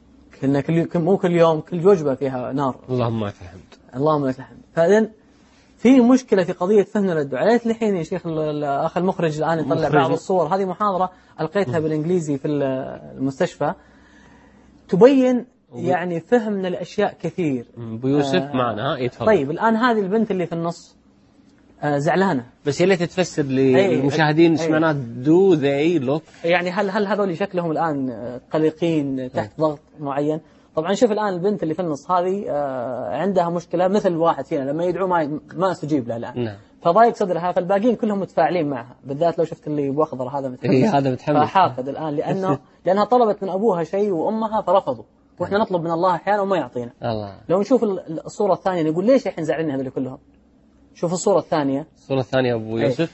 D: مو كل يوم كل وجبة فيها نار.
C: اللهم لك الحمد.
D: اللهم لك الحمد. فإذن في مشكلة في قضية فهمنا للدعاء. ليت الحين يا شيخ الأخ المخرج الآن يطلع بعض الصور. هذه محاضرة ألقيتها بالإنجليزي في المستشفى تبين يعني فهمنا لأشياء كثير.
C: أبو يوسف معنا يتفضل.
D: طيب الآن هذه البنت اللي في النص زعلانة،
C: بس يا تتفسر للمشاهدين ايش معناه do they look؟
D: يعني هل هذول شكلهم الآن قلقين تحت ضغط معين؟ طبعا شوف الآن البنت اللي في النص هذه عندها مشكلة مثل واحد فينا لما يدعو ما استجيب له الآن، فضايق صدرها، فالباقيين كلهم متفاعلين معها، بالذات لو شفت اللي بأخضر هذا متحمس،
C: هذا متحمس
D: فحاقد الآن لأنها طلبت من أبوها شيء وأمها فرفضوا، وإحنا نطلب من الله أحيانا وما يعطينا. لو نشوف الصورة الثانية نقول ليش الحين زعلنا هذول كلهم؟ شوف الصورة الثانية.
C: الصورة الثانية أبو يوسف.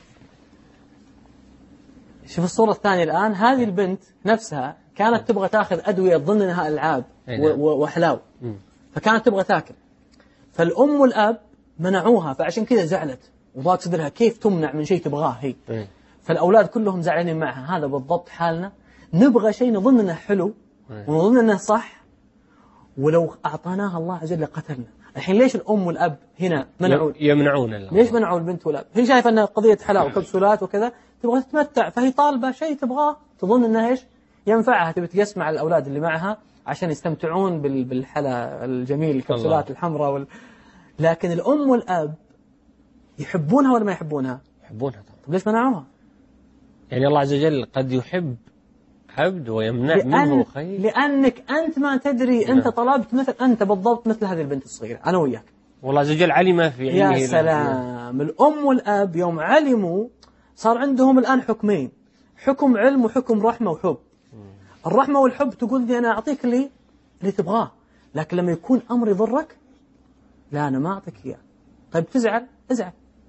D: شوف الصورة الثانية الآن. هذه البنت نفسها كانت تبغى تاخذ أدوية تظن أنها ألعاب وحلاو، فكانت تبغى تاكل، فالأم والأب منعوها، فعشان كذا زعلت وضاق صدرها، كيف تمنع من شيء تبغاه هي؟ فالأولاد كلهم زعلانين معها. هذا بالضبط حالنا، نبغى شيء نظن أنه حلو ونظن أنه صح، ولو أعطاناها الله عز وجل قتلنا. الحين ليش الأم والأب هنا
C: يمنعون
D: ليش منعوا البنت والأب؟ هي شايفة أن قضية حلاوة وكبسولات وكذا تبغى تتمتع، فهي طالبة شيء تبغاه تظن أنه إيش ينفعها، تبي تقسم على الأولاد اللي معها عشان يستمتعون بالحلا الجميل، الكبسولات الحمراء لكن الأم والأب يحبونها ولا ما يحبونها؟
C: يحبونها.
D: طب ليش منعوها؟
C: يعني الله عز وجل قد يحب عبد ويمنع منه خير،
D: لأنك أنت ما تدري. أنت طلبت أنت بالضبط مثل هذه البنت الصغيرة، أنا وياك،
C: والله عز وجل علم في علمه.
D: يا سلام. الأم والأب يوم علموا صار عندهم الآن حكمين، حكم علم وحكم رحمة وحب. الرحمة والحب تقول لي أنا أعطيك اللي تبغاه، لكن لما يكون أمر يضرك لا أنا ما أعطيك إياه. طيب تزعل، ازعل.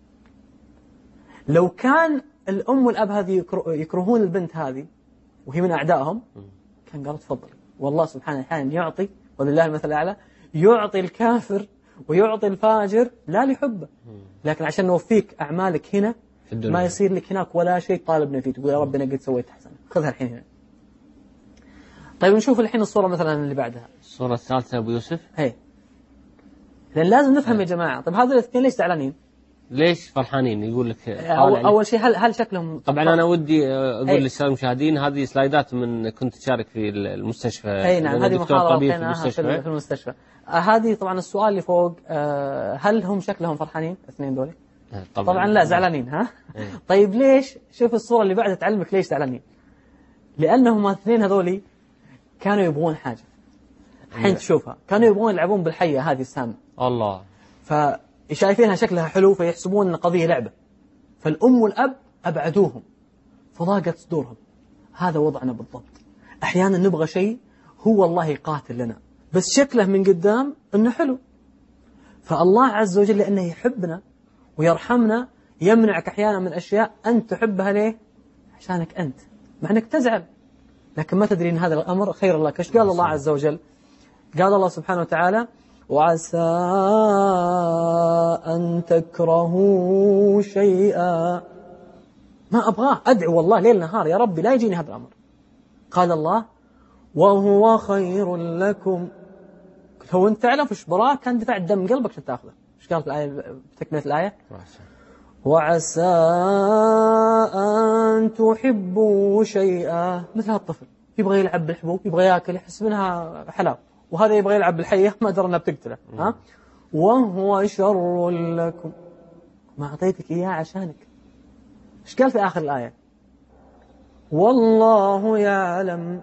D: لو كان الأم والأب هذه يكرهون البنت هذه وهي من أعدائهم كان قالوا تفضل. والله سبحانه أحيانا يعطي، ولله المثل الأعلى، يعطي الكافر ويعطي الفاجر لا لحبه، لكن عشان نوفيك أعمالك هنا ما يصير لك هناك ولا شيء طالبنا فيه، تقول يا رب أنا قد سويت حسنة، خذها الحين هنا. طيب نشوف الحين الصورة مثلا اللي بعدها،
C: الصورة الثالثة أبو يوسف.
D: لأن لازم نفهم يا جماعة. طيب هذول الاثنين ليش زعلانين؟
C: ليش فرحانين؟ يقول لك
D: أول شيء هل شكلهم؟
C: طبعا أنا ودي أقول للسادة المشاهدين هذه سلايدات من كنت تشارك في المستشفى.
D: نعم هذه محاضرة في المستشفى. هذه طبعا السؤال اللي فوق، هل هم شكلهم فرحانين الاثنين دول؟ طبعا لا، زعلانين. ها طيب ليش؟ شوف الصورة اللي بعدها تعلمك ليش زعلانين. لأنهم الاثنين هذولي كانوا يبغون حاجة، الحين تشوفها، كانوا يبغون يلعبون بالحية هذه السامة
C: الله،
D: فشايفينها شكلها حلو فيحسبون أن قضية لعبة، فالأم والأب أبعدوهم فضاقت صدورهم. هذا وضعنا بالضبط. أحيانا نبغى شيء هو الله يقاتل لنا بس شكله من قدام أنه حلو، فالله عز وجل لأنه يحبنا ويرحمنا يمنعك أحيانا من أشياء أنت تحبها. ليه؟ عشانك أنت، مع أنك تزعل لكن ما تدري أن هذا الأمر خير لك. إيش قال الله عز وجل؟ قال الله سبحانه وتعالى وعسى أن تكرهوا شيئا، ما أبغاه، أدعو والله ليل نهار يا ربي لا يجيني هذا الأمر. قال الله وهو خير لكم. هو أنت تعلم فش براك كان دفع الدم من قلبك عشان تأخذه. إيش قال في الآية بتكملة الآية؟ وعسى أن تحبوا شيئا، مثل هالطفل يبغى يلعب بالحبوب، يبغى يأكل، يحس منها حلاوة، وهذا يبغى يلعب بالحية ما أدرى أنها بتقتله. وهو شر لكم، ما أعطيتك إياه عشانك. إيش قال في آخر الآية؟ والله يعلم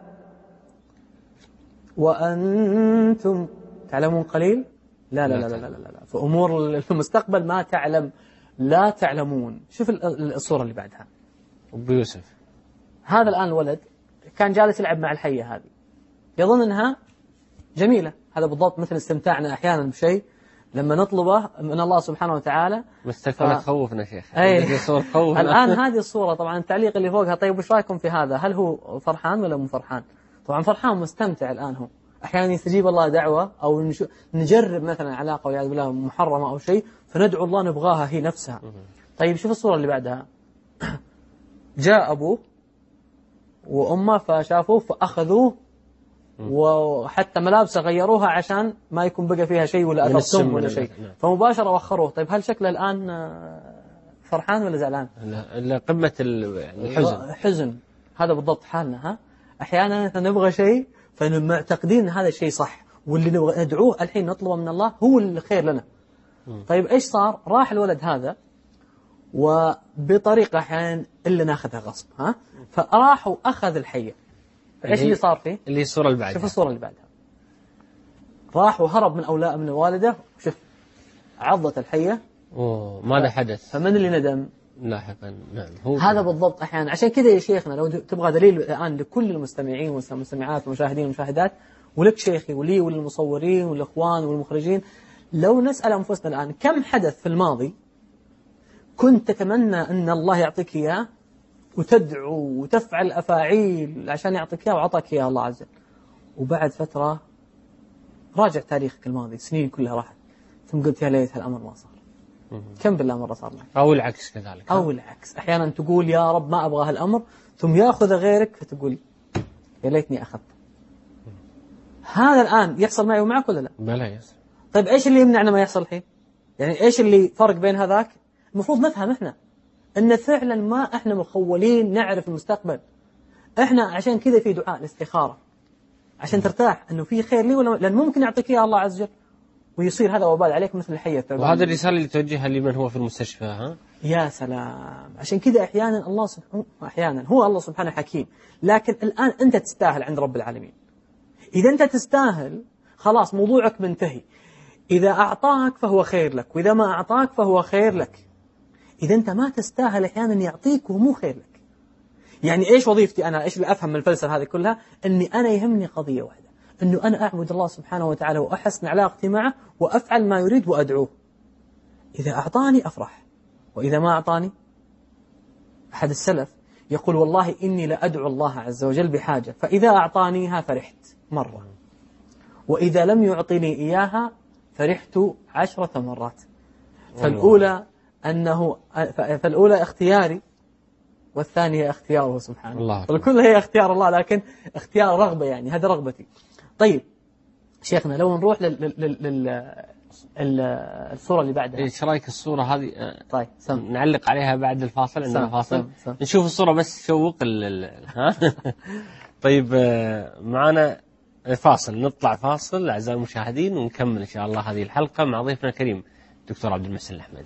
D: وأنتم تعلمون قليل. لا لا لا لا لا لا, لا. في أمور المستقبل ما تعلم، لا تعلمون. شوف الصورة اللي بعدها
C: أبو يوسف.
D: هذا الآن الولد كان جالس يلعب مع الحية هذه، يظن أنها جميلة. هذا بالضبط مثل استمتاعنا أحيانا بشيء لما نطلبه من الله سبحانه وتعالى.
C: مستكفى تخوفنا شيخ.
D: الآن هذه الصورة طبعا التعليق اللي فوقها، طيب وش رأيكم في هذا؟ هل هو فرحان ولا مو فرحان؟ طبعا فرحان مستمتع. الآن هو أحيانا يستجيب الله دعوة أو نجرب مثلا علاقة والعياذ بالله محرمة أو شيء فندعو الله نبغاها هي نفسها. طيب شوف الصورة اللي بعدها. جاء أبوه وأمه فشافوه فأخذوه وحتى ملابسه غيروها عشان ما يكون بقى فيها شيء ولا أثر سم ولا شيء، فمباشرة وخروه. طيب هل شكله الآن فرحان ولا زعلان؟
C: لا، قمة الحزن.
D: حزن. هذا بالضبط حالنا. ها أحيانا نبغى شيء فنعتقدين أن هذا الشيء صح، واللي نبغى ندعوه الحين نطلبه من الله هو الخير لنا. طيب إيش صار؟ راح الولد هذا وبطريقة أحيانا إلا ناخذها غصب. ها فراح وأخذ الحية. إيش اللي صار فيه؟
C: اللي الصورة اللي بعدها.
D: شوف الصورة اللي بعدها. راح وهرب من والده. شوف عضت الحية.
C: ماذا حدث؟
D: فمن اللي ندم؟
C: لاحقا.
D: نعم. هذا بالضبط. أحيانا عشان كذا يا شيخنا لو تبغى دليل الآن لكل المستمعين والمستمعات والمشاهدين والمشاهدات، ولك شيخي ولي وللمصورين والإخوان والمخرجين، لو نسأل أنفسنا الآن كم حدث في الماضي كنت تتمنى أن الله يعطيك إياه وتدعو وتفعل أفاعيل عشان يعطيك إياه وعطاك إياه الله عز وجل، وبعد فترة راجع تاريخك الماضي سنين كلها راحت ثم قلت يا ليت هالأمر ما صار. كم بالله مرة صار لك؟
C: أو العكس كذلك.
D: أو العكس. أحيانا تقول يا رب ما أبغى هالأمر ثم يأخذ غيرك فتقول يا ليتني أخذت. هذا الآن يحصل معي ومعك ولا لا؟
C: بلا يحصل.
D: طيب إيش اللي يمنعنا ما يحصل الحين؟ يعني إيش اللي فرق بين هذاك؟ المفروض نفهم إحنا أن فعلا ما إحنا مخولين نعرف المستقبل. إحنا عشان كذا في دعاء الاستخارة عشان ترتاح أنه في خير لي ولا لأن ممكن يعطيك إياه الله عز وجل ويصير هذا وبال عليك مثل الحية.
C: وهذا الرسالة اللي توجهها لمن هو في المستشفى. ها؟
D: يا سلام. عشان كذا أحيانا هو الله سبحانه حكيم، لكن الآن أنت تستاهل عند رب العالمين. إذا أنت تستاهل خلاص موضوعك منتهي. إذا أعطاك فهو خير لك، وإذا ما أعطاك فهو خير لك. إذا أنت ما تستاهل أحيانا يعطيك ومو خير لك. يعني إيش وظيفتي أنا؟ إيش اللي أفهم من الفلسفة هذه كلها؟ أني أنا يهمني قضية واحدة، أنه أنا أعبد الله سبحانه وتعالى وأحسن علاقتي معه وأفعل ما يريد وأدعوه. إذا أعطاني أفرح، وإذا ما أعطاني. أحد السلف يقول والله إني لأدعو الله عز وجل بحاجة فإذا أعطانيها فرحت مرة، وإذا لم يعطني إياها فرحت 10 مرات. فالأولى اختياري والثانية اختياره سبحانه الله. الكل هي اختيار الله، لكن اختيار رغبة، يعني هذا رغبتي. طيب شيخنا لو نروح الصورة اللي بعدها.
C: ايش رايك الصورة هذه؟
D: طيب
C: نعلق عليها بعد الفاصل. عندنا فاصل نشوف الصورة بس تشوق ها. طيب معنا فاصل، نطلع فاصل أعزائي المشاهدين ونكمل إن شاء الله هذه الحلقة مع ضيفنا الكريم دكتور عبد المحسن الأحمد.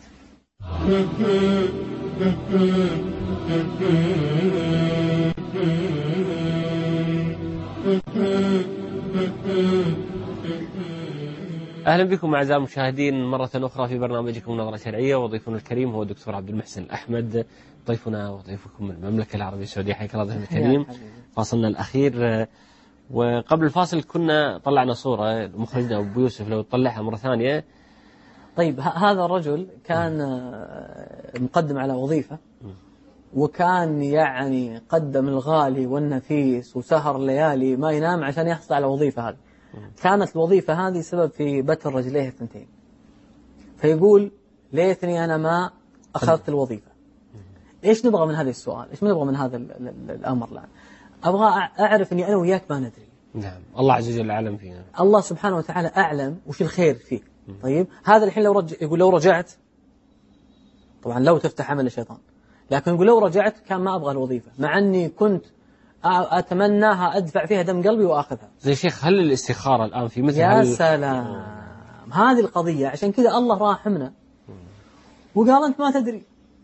C: أهلا بكم أعزائي المشاهدين مرة أخرى في برنامجكم نظرة شرعية، وضيفنا الكريم هو الدكتور عبد المحسن الأحمد، ضيفنا وضيفكم من المملكة العربية السعودية. حياك الله ضيفنا الكريم. فاصلنا الأخير، وقبل الفاصل كنا طلعنا صورة مخرجنا أبو يوسف، لو تطلعها مرة ثانية.
D: طيب هذا الرجل كان مقدم على وظيفة، وكان يعني قدم الغالي والنفيس وسهر الليالي ما ينام عشان يحصل على وظيفة هذه. كانت الوظيفة هذه سبب في بتر رجليه 2، فيقول ليتني أنا ما أخذت الوظيفة. إيش نبغى من هذا السؤال؟ إيش نبغى من هذا الأمر الآن؟ أبغى أعرف أني أنا وياك ما ندري.
C: نعم، الله عز وجل أعلم فينا.
D: الله سبحانه وتعالى أعلم وش الخير فيه. طيب هذا الحين يقول لو رجعت، طبعا لو تفتح عمل الشيطان، لكن يقول لو رجعت كان ما أبغى الوظيفة، مع أني كنت أتمناها أدفع فيها دم قلبي وأخذها.
C: زي شيخ، هل الاستخارة الآن في مثل
D: يا سلام هذه القضية. عشان كذا الله راحمنا وقال أنت ما تدري.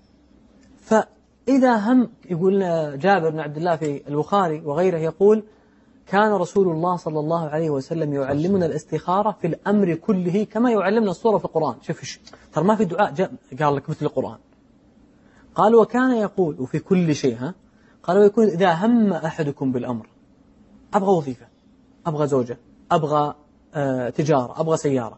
D: فإذا هم يقول جابر بن عبد الله في البخاري وغيره يقول كان رسول الله صلى الله عليه وسلم يعلمنا الاستخارة في الأمر كله كما يعلمنا الصورة في القرآن. شوف ترى ما في دعاء قال لك مثل القرآن. قال وكان يقول وفي كل شيء قال ويكون إذا هم أحدكم بالأمر، أبغى وظيفة، أبغى زوجة، أبغى تجارة، أبغى سيارة،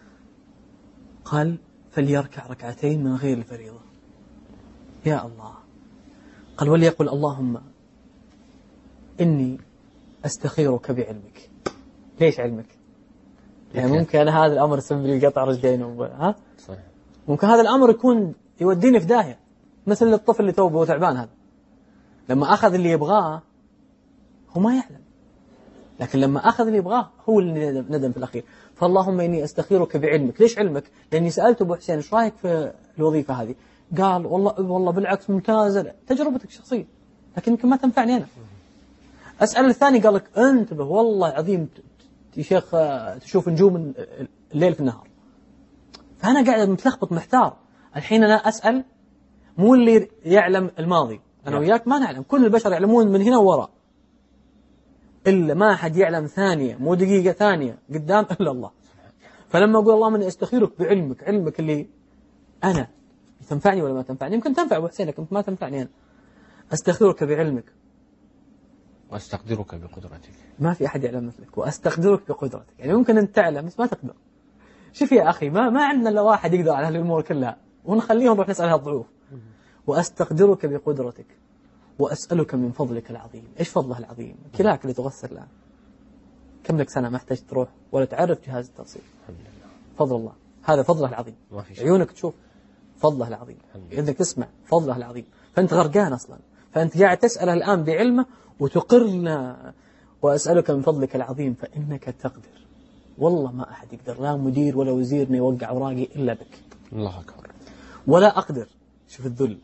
D: قال فليركع 2 من غير الفريضة. يا الله. قال وليقل اللهم إني أستخيرك بعلمك. ليش علمك؟ يعني ممكن هذا الأمر يسبب لي قطع رجلين صحيح. ممكن هذا الأمر يكون يوديني في داهية، مثل الطفل اللي توبه وتعبان هذا، لما أخذ اللي يبغاه هو ما يعلم. لكن لما أخذ اللي يبغاه هو اللي ندم في الأخير. فاللهم إني أستخيرك بعلمك. ليش علمك؟ لأني سألت أبو حسين إيش رأيك في الوظيفة هذه؟ قال والله بالعكس ممتازة. تجربتك الشخصية، لكن يمكن ما تنفعني أنا. أسأل الثاني قال لك انتبه والله عظيم يا شيخ تشوف نجوم الليل في النهار. فأنا قاعد متلخبط محتار. الحين أنا أسأل مو اللي يعلم الماضي، أنا وياك ما نعلم، كل البشر يعلمون من هنا ووراء، إلا ما أحد يعلم ثانية مو دقيقة ثانية قدام إلا الله. فلما أقول اللهم إني أستخيرك بعلمك، علمك اللي أنا تنفعني ولا ما تنفعني؟ يمكن تنفع أبو حسين لكن ما تنفعني أنا. أستخيرك بعلمك
C: وأستقدرك بقدرتك.
D: ما في أحد يعلم مثلك. وأستقدرك بقدرتك، يعني ممكن أنت تعلم بس ما تقدر. شوف يا أخي ما عندنا إلا واحد يقدر على هالأمور كلها، ونخليهم نروح نسأل هالضعوف. وأستقدرك بقدرتك وأسألك من فضلك العظيم. إيش فضله العظيم؟ كلاك اللي تغسل الآن كم لك سنة ما احتاج تروح ولا تعرف جهاز التغسيل. فضل الله، هذا فضله العظيم. عيونك تشوف فضله العظيم، إذنك تسمع فضله العظيم. فأنت غرقان أصلا، فأنت قاعد تسأله الآن بعلمه وتقرنا. وأسألك من فضلك العظيم فإنك تقدر. والله ما أحد يقدر، لا مدير ولا وزير ما يوقع أوراقي إلا بك.
C: الله أكبر.
D: ولا أقدر، شوف الذل.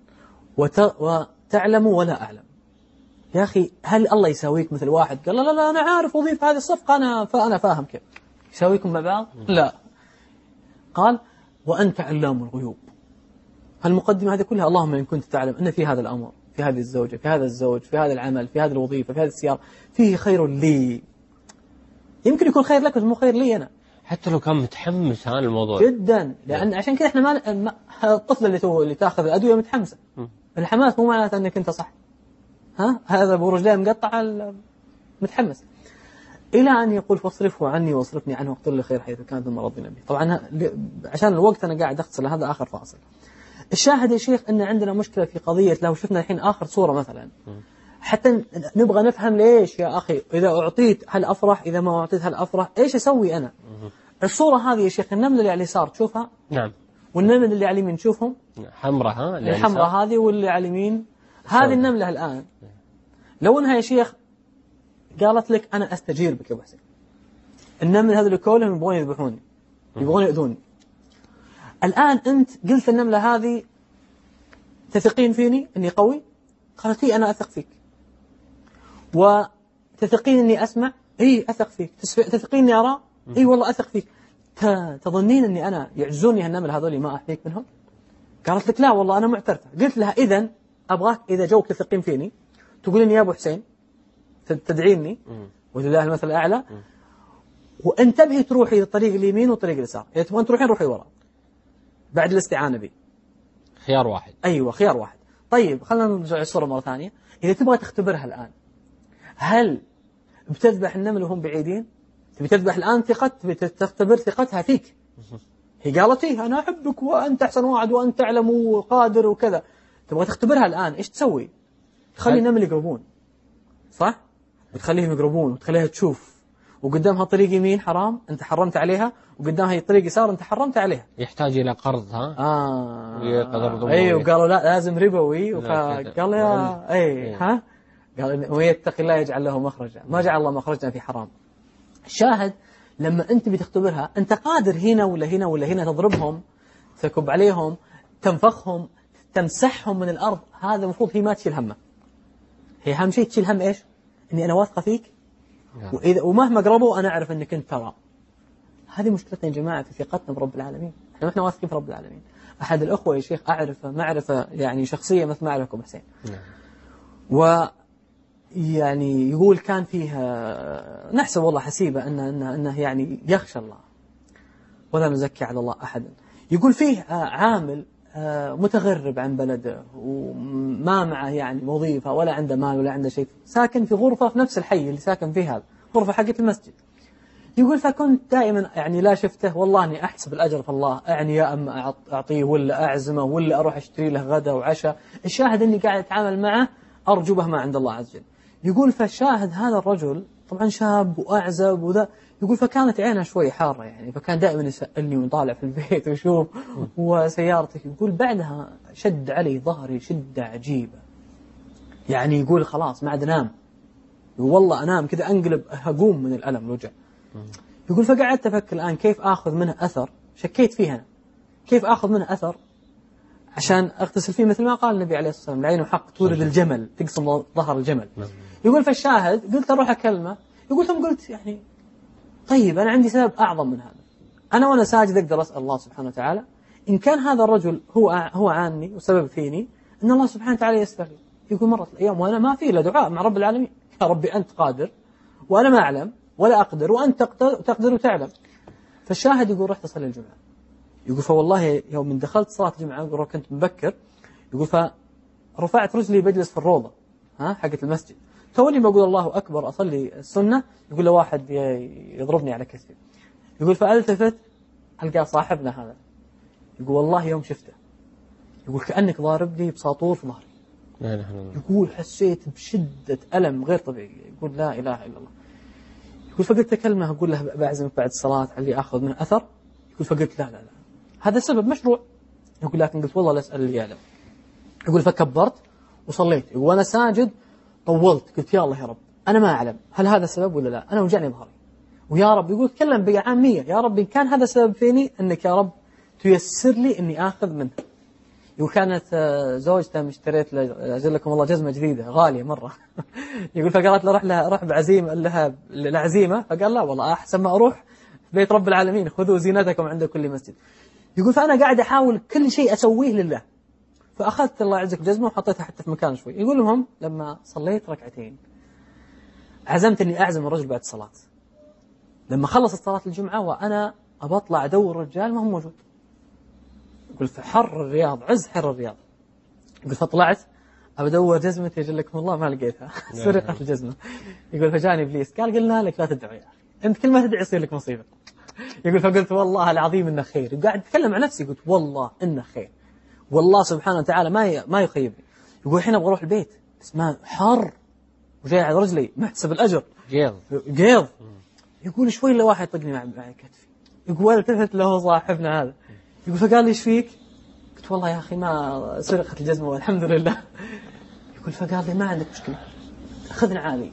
D: وتعلم ولا أعلم. يا أخي هل الله يساويك مثل واحد قال لا أنا عارف وظيفة هذه الصفقة أنا فاهم كيف يساويكم مع بعض؟ لا. قال وأنت علام الغيوب. هالمقدمة هذه كلها اللهم إن كنت تعلم أن في هذا الأمر، في هذه الزوجة، في هذا الزوج، في هذا العمل، في هذه الوظيفة، في هذه السيارة، فيه خير لي. يمكن يكون خير لك بس مو خير لي أنا.
C: حتى لو كان متحمس عن الموضوع
D: جدا، لأن عشان كذا إحنا الطفل اللي تأخذ الأدوية متحمسة. الحماس مو معناته أنك أنت صح. هذا برجلين مقطع متحمس. إلى أن يقول فاصرفه عني واصرفني عنه واقتر لي خير حيث كان ثم رضينا به. طبعا عشان الوقت أنا قاعد أختصر، هذا آخر فاصل. الشاهد يا شيخ أن عندنا مشكلة في قضية، لو شفنا الحين آخر صورة مثلا حتى نبغى نفهم ليش يا أخي إذا أعطيت هل أفرح، إذا ما أعطيت هل أفرح، إيش أسوي أنا؟ الصورة هذه يا شيخ النملة اللي على اليسار تشوفها؟
C: نعم.
D: والنملة اللي على اليمين تشوفهم؟
C: حمراء.
D: الحمراء هذه واللي على اليمين هذه النملة الآن. لو أنها يا شيخ قالت لك أنا أستجير بك يا أبو حسين، النملة هذول كلهم يبغون يذبحوني، يبغون يؤذوني. الآن أنت قلت النملة هذه تثقين فيني أني قوي؟ قالت لي أنا أثق فيك. وتثقين أني أسمع؟ إيه أثق فيك. تثقين أني أرى؟ إيه والله أثق فيك. تظنين أني أنا يعجزوني هالنملة هذول ما أحميك منهم؟ قالت لك لا والله أنا معترفة. قلت لها إذن أبغاك إذا جوك تثقين فيني تقولين يا أبو حسين، تدعيني ولله المثل الأعلى، وانتبهي تروحي للطريق اليمين وطريق اليسار. إذا تبغين تروحين روحي وراء بعد الاستعانة بي.
C: خيار واحد.
D: أيوة خيار واحد. طيب خلنا نرجع الصورة مرة ثانية. إذا تبغى تختبرها الآن، هل بتذبح النمل وهم بعيدين؟ تبي تذبح الآن تختبر ثقتها فيك. هي قالت إيه أنا أحبك وأنت أحسن واحد وأنت تعلم وقادر وكذا. تبغى تختبرها الآن، إيش تسوي؟ تخلي النمل يقربون، صح؟ وتخليهم يقربون وتخليها تشوف، وقدامها طريق يمين حرام أنت حرمت عليها، وقدامها طريق يسار أنت حرمت عليها.
C: يحتاج إلى قرض
D: أيوة وقالوا لا لازم ربوي. قال يا أي قال ويتقي الله يجعل له مخرجا. ما جعل الله مخرجا في حرام. الشاهد لما أنت بتختبرها أنت قادر هنا ولا هنا ولا هنا تضربهم، تكب عليهم، تنفخهم، تمسحهم من الأرض. هذا المفروض هي ما تشيل همه. هي أهم شيء تشيل هم إيش؟ إني أنا واثقة فيك، ومهما قربوا أنا أعرف أنك أنت ترى. هذه مشكلتنا يا جماعة في ثقتنا برب العالمين. إحنا واثقين في رب العالمين. أحد الأخوة يا شيخ أعرفه معرفة يعني شخصية مثل معرفة حسين، ويعني يقول كان فيها نحسب والله حسيبة أنه يعني يخشى الله ولا نزكي على الله أحدا. يقول فيه عامل متغرب عن بلده وما معه يعني وظيفة ولا عنده مال ولا عنده شيء، ساكن في غرفة في نفس الحي اللي ساكن فيه هذا، غرفة حقت المسجد. يقول فكنت دائما يعني لا شفته والله أني أحسب الأجر في الله، يعني يا أما أعطيه ولا أعزمه ولا أروح أشتري له غدا وعشاء. الشاهد أني قاعد أتعامل معه أرجو به ما عند الله عز وجل. يقول فالشاهد هذا الرجل طبعا شاب وأعزب وذا، يقول فكانت عينه شوي حارة يعني، فكان دائما يسألني ونطالع في البيت وشوف وسيارتك. يقول بعدها شد علي ظهري شدة عجيبة، يعني يقول خلاص ما عاد أنام يقول والله أنام كذا أنقلب هقوم من الألم الوجع. يقول فقعدت أفكر الآن كيف آخذ منه أثر، شكيت فيه أنا كيف آخذ منه أثر عشان أغتسل فيه، مثل ما قال النبي عليه الصلاة والسلام العين حق تورد الجمل تقسم ظهر الجمل. يقول فالشاهد قلت أروح أكلمه. يقول ثم قلت يعني طيب أنا عندي سبب أعظم من هذا، أنا وأنا ساجد أقدر أسأل الله سبحانه وتعالى إن كان هذا الرجل هو عاني وسبب فيني أن الله سبحانه وتعالى يستر لي. يقول مرت الأيام وأنا ما في إلا دعاء مع رب العالمين، يا ربي أنت قادر وأنا ما أعلم ولا أقدر وأنت تقدر وتعلم. فالشاهد يقول رحت أصلي الجمعة. يقول فوالله يوم من دخلت صلاة الجمعة يقول كنت مبكر، يقول فرفعت رجلي بجلس في الروضة حقت المسجد، توني بقول الله أكبر أصلي السنة، يقول له واحد يضربني على كتفي. يقول فألتفت ألقى صاحبنا هذا، يقول والله يوم شفته يقول كأنك ضاربني بساطور في ظهري. يقول حسيت بشدة ألم غير طبيعي. يقول لا إله إلا الله. يقول فقلت كلمة أقول له بعزمك بعد الصلاة علي أخذ منه أثر. يقول فقلت لا هذا سبب مشروع. يقول لكن قلت والله لا أسأل اللي يعلم. يقول فكبرت وصليت. يقول وأنا ساجد طولت قلت يا الله يا رب أنا ما أعلم هل هذا سبب ولا لا، أنا وجعني ظهري ويا رب. يقول تكلم بعامية يا رب إن كان هذا سبب فيني أنك يا رب تيسر لي أني آخذ منه. يقول كانت زوجته اشتريت أجل لكم الله جزمة جديدة غالية مرة. يقول فقالت له روح بعزيمة لها العزيمة، فقال لا والله أحسن ما أروح بيت رب العالمين خذوا زينتكم عند كل مسجد. يقول فأنا قاعد أحاول كل شيء أسويه لله، فأخذت الله يعزك جزمة وحطيتها حتى في مكان شوي. يقول لهم لما صليت ركعتين عزمت أني أعزم الرجل بعد الصلاة. لما خلصت صلاة الجمعة وأنا أبطلع أدور الرجال ما هو موجود. يقول في حر الرياض عز حر الرياض. يقول فطلعت أبدور جزمتي أجلكم الله ما لقيتها سرقت الجزمة. يقول فجاني إبليس قال قلنا لك لا تدعو يا أخي أنت كل ما تدعي يصير لك مصيبة. يقول فقلت والله العظيم إنه خير. قاعد أتكلم عن نفسي قلت والله إنه خير والله سبحانه وتعالى ما يخيبني. يقول الحين أبغى أروح البيت بس ما حر وجاي على رجلي محسب الأجر قيض. يقول شوي إلا واحد طقني مع كتفي. يقول التفت له صاحبنا هذا يقول فقال لي ايش فيك؟ قلت والله يا أخي ما سرقت الجزمة والحمد لله. يقول فقال لي ما عندك مشكلة خذنا عالي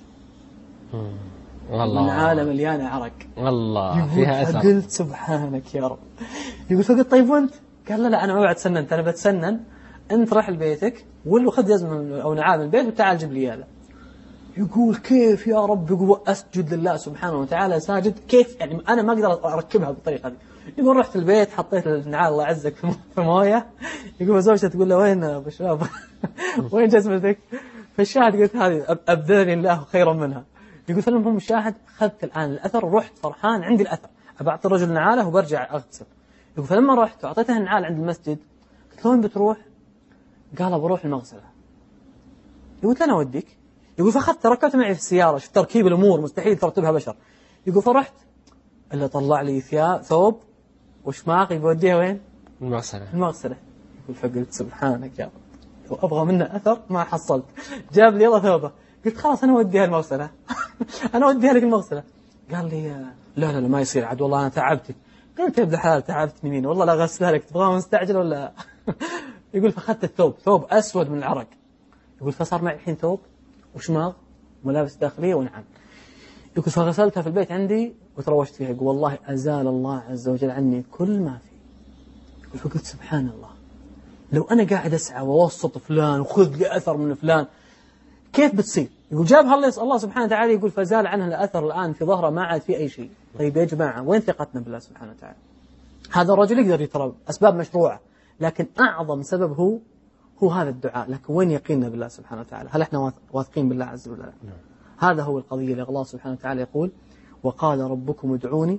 D: والله العالم مليانة عرق والله فيها أثر. قلت سبحانك يا رب. يقول فقلت طيب وانت؟ قال لا أنا ما بعد سننت أنا بتسنن أنت رح لبيتك ولو خذ جزمة أو نعال من البيت وتعال جيب لي هذا. يقول كيف يا رب؟ يقول أسجد لله سبحانه وتعالى ساجد كيف يعني أنا ما أقدر أركبها بالطريقة دي. يقول رحت البيت حطيت النعال الله عزك في مويه. يقول زوجته تقول له وين أبو شباب وين جزمتك؟ فالشاهد قلت هذه أبدلني الله خيرا منها. يقول فالمهم الشاهد أخذت الآن الأثر ورحت فرحان عندي الأثر أبعت الرجل نعاله وبرجع أغتسل. يقول فلما رحت وأعطيته النعال عند المسجد قلت له وين بتروح؟ قال بروح المغسلة. يقول أنا أوديك. يقول فأخذت ركبت معي في السيارة شفت تركيب الأمور مستحيل ترتبها بشر. يقول فرحت إلا طلع لي ثوب وشماغ يوديها وين؟ المغسلة. يقول فقلت سبحانك يا رب لو أبغى منه أثر ما حصلت. جاب لي يلا ثوبه. قلت خلاص أنا أوديها المغسلة أنا أوديها لك المغسلة. قال لي لا ما يصير عاد والله أنا تعبتك. قلت يا ابن الحلال تعبت منين والله لا غسلها لك تبغاها مستعجل ولا. يقول فأخذت الثوب ثوب أسود من العرق. يقول فصار معي الحين ثوب وشماغ وملابس داخلية ونعم. يقول فغسلتها في البيت عندي وتروشت فيها. يقول والله أزال الله عز وجل عني كل ما فيه. يقول فقلت سبحان الله لو أنا قاعد أسعى ووسط فلان وخذ لي أثر من فلان كيف بتصير؟ يقول جابها الله سبحانه وتعالى. يقول فزال عنها الأثر الآن في ظهره ما عاد في أي شيء. طيب يا جماعة وين ثقتنا بالله سبحانه وتعالى؟ هذا الرجل يقدر يترى أسباب مشروعة لكن أعظم سبب هو هذا الدعاء. لكن وين يقيننا بالله سبحانه وتعالى؟ هل احنا واثقين بالله عز وجل؟ هذا هو القضية اللي الله سبحانه وتعالى يقول وقال ربكم ادعوني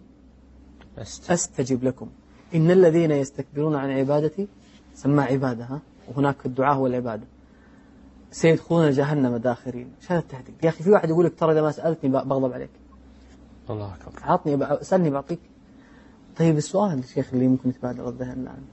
D: أستجب لكم إن الذين يستكبرون عن عبادتي سمى عبادة وهناك الدعاء هو العبادة سيدخلون جهنم داخرين. ايش هذا التهديد يا أخي؟ في واحد يقول لك ترى إذا ما سألتني بغضب عليك. الله أكبر. عطني سألني بعطيك. طيب السؤال الشيخ اللي ممكن يتبادر الذهن الآن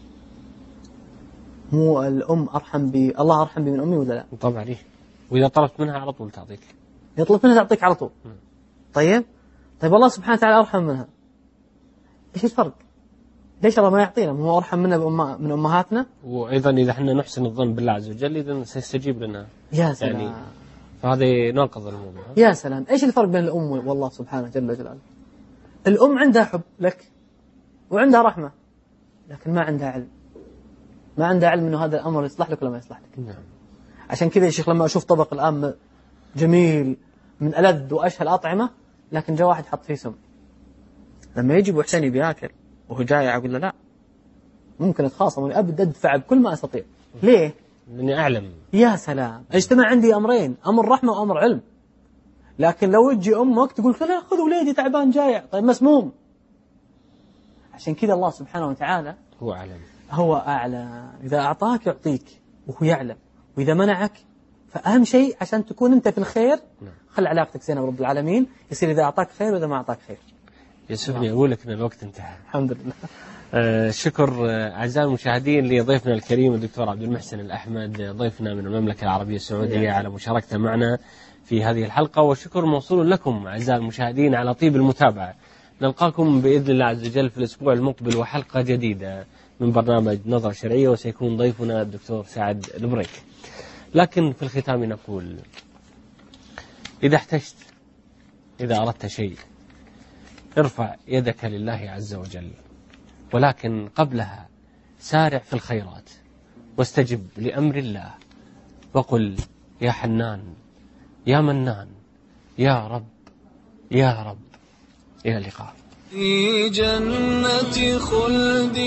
D: مو الأم أرحم الله أرحم بي من أمي ولا لا؟
C: طبعا ليه. وإذا طلبت منها على طول تعطيك.
D: يطلب منها تعطيك على طول. طيب الله سبحانه وتعالى أرحم منها. إيش الفرق؟ ليش الله ما يعطينا؟ هو أرحم منا من أمهاتنا.
C: وأيضا إذا احنا نحسن الظن بالله عز وجل إذا سيستجيب لنا.
D: يا سلام. يعني
C: فهذا يناقض الموضوع.
D: يا سلام، إيش الفرق بين الأم والله سبحانه جل جلاله؟ الأم عندها حب لك وعندها رحمة، لكن ما عندها علم، ما عندها علم إنه هذا الأمر يصلح لك ولا ما يصلح لك.
C: نعم.
D: عشان كذا يا شيخ لما أشوف طبق الآن جميل من ألذ وأشهى الأطعمة، لكن جاء واحد حط فيه سم، لما يجي أبو حسين بياكل وهو جايع أقول له لا، ممكن أتخاصم وأبد أدفع بكل ما أستطيع. ليه؟
C: لأني أعلم.
D: يا سلام، اجتمع عندي أمرين، أمر رحمة وأمر علم. لكن لو تجي أمك تقول لا خذ وليدي تعبان جايع، طيب مسموم. عشان كذا الله سبحانه وتعالى
C: هو أعلم،
D: هو أعلم، إذا أعطاك يعطيك وهو يعلم، وإذا منعك فأهم شيء عشان تكون أنت في الخير خل علاقتك زينة برب العالمين، يصير إذا أعطاك خير وإذا ما أعطاك خير.
C: يسعدني أقول لك أن الوقت انتهى.
D: الحمد لله.
C: شكر أعزائي المشاهدين لضيفنا الكريم الدكتور عبد المحسن الأحمد، ضيفنا من المملكة العربية السعودية، على مشاركته معنا في هذه الحلقة، وشكر موصول لكم أعزائي المشاهدين على طيب المتابعة. نلقاكم بإذن الله عز وجل في الأسبوع المقبل وحلقة جديدة من برنامج نظرة شرعية، وسيكون ضيفنا الدكتور سعد البريك. لكن في الختام نقول إذا احتجت، إذا أردت شيء، ارفع يدك لله عز وجل، ولكن قبلها سارع في الخيرات واستجب لأمر الله، وقل يا حنان يا منان يا رب يا رب. إلى اللقاء.
B: في جنة خلد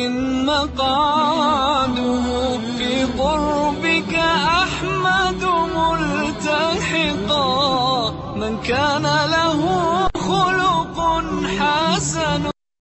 B: مقعده، في قربك أحمد ملتحقا، من كان لا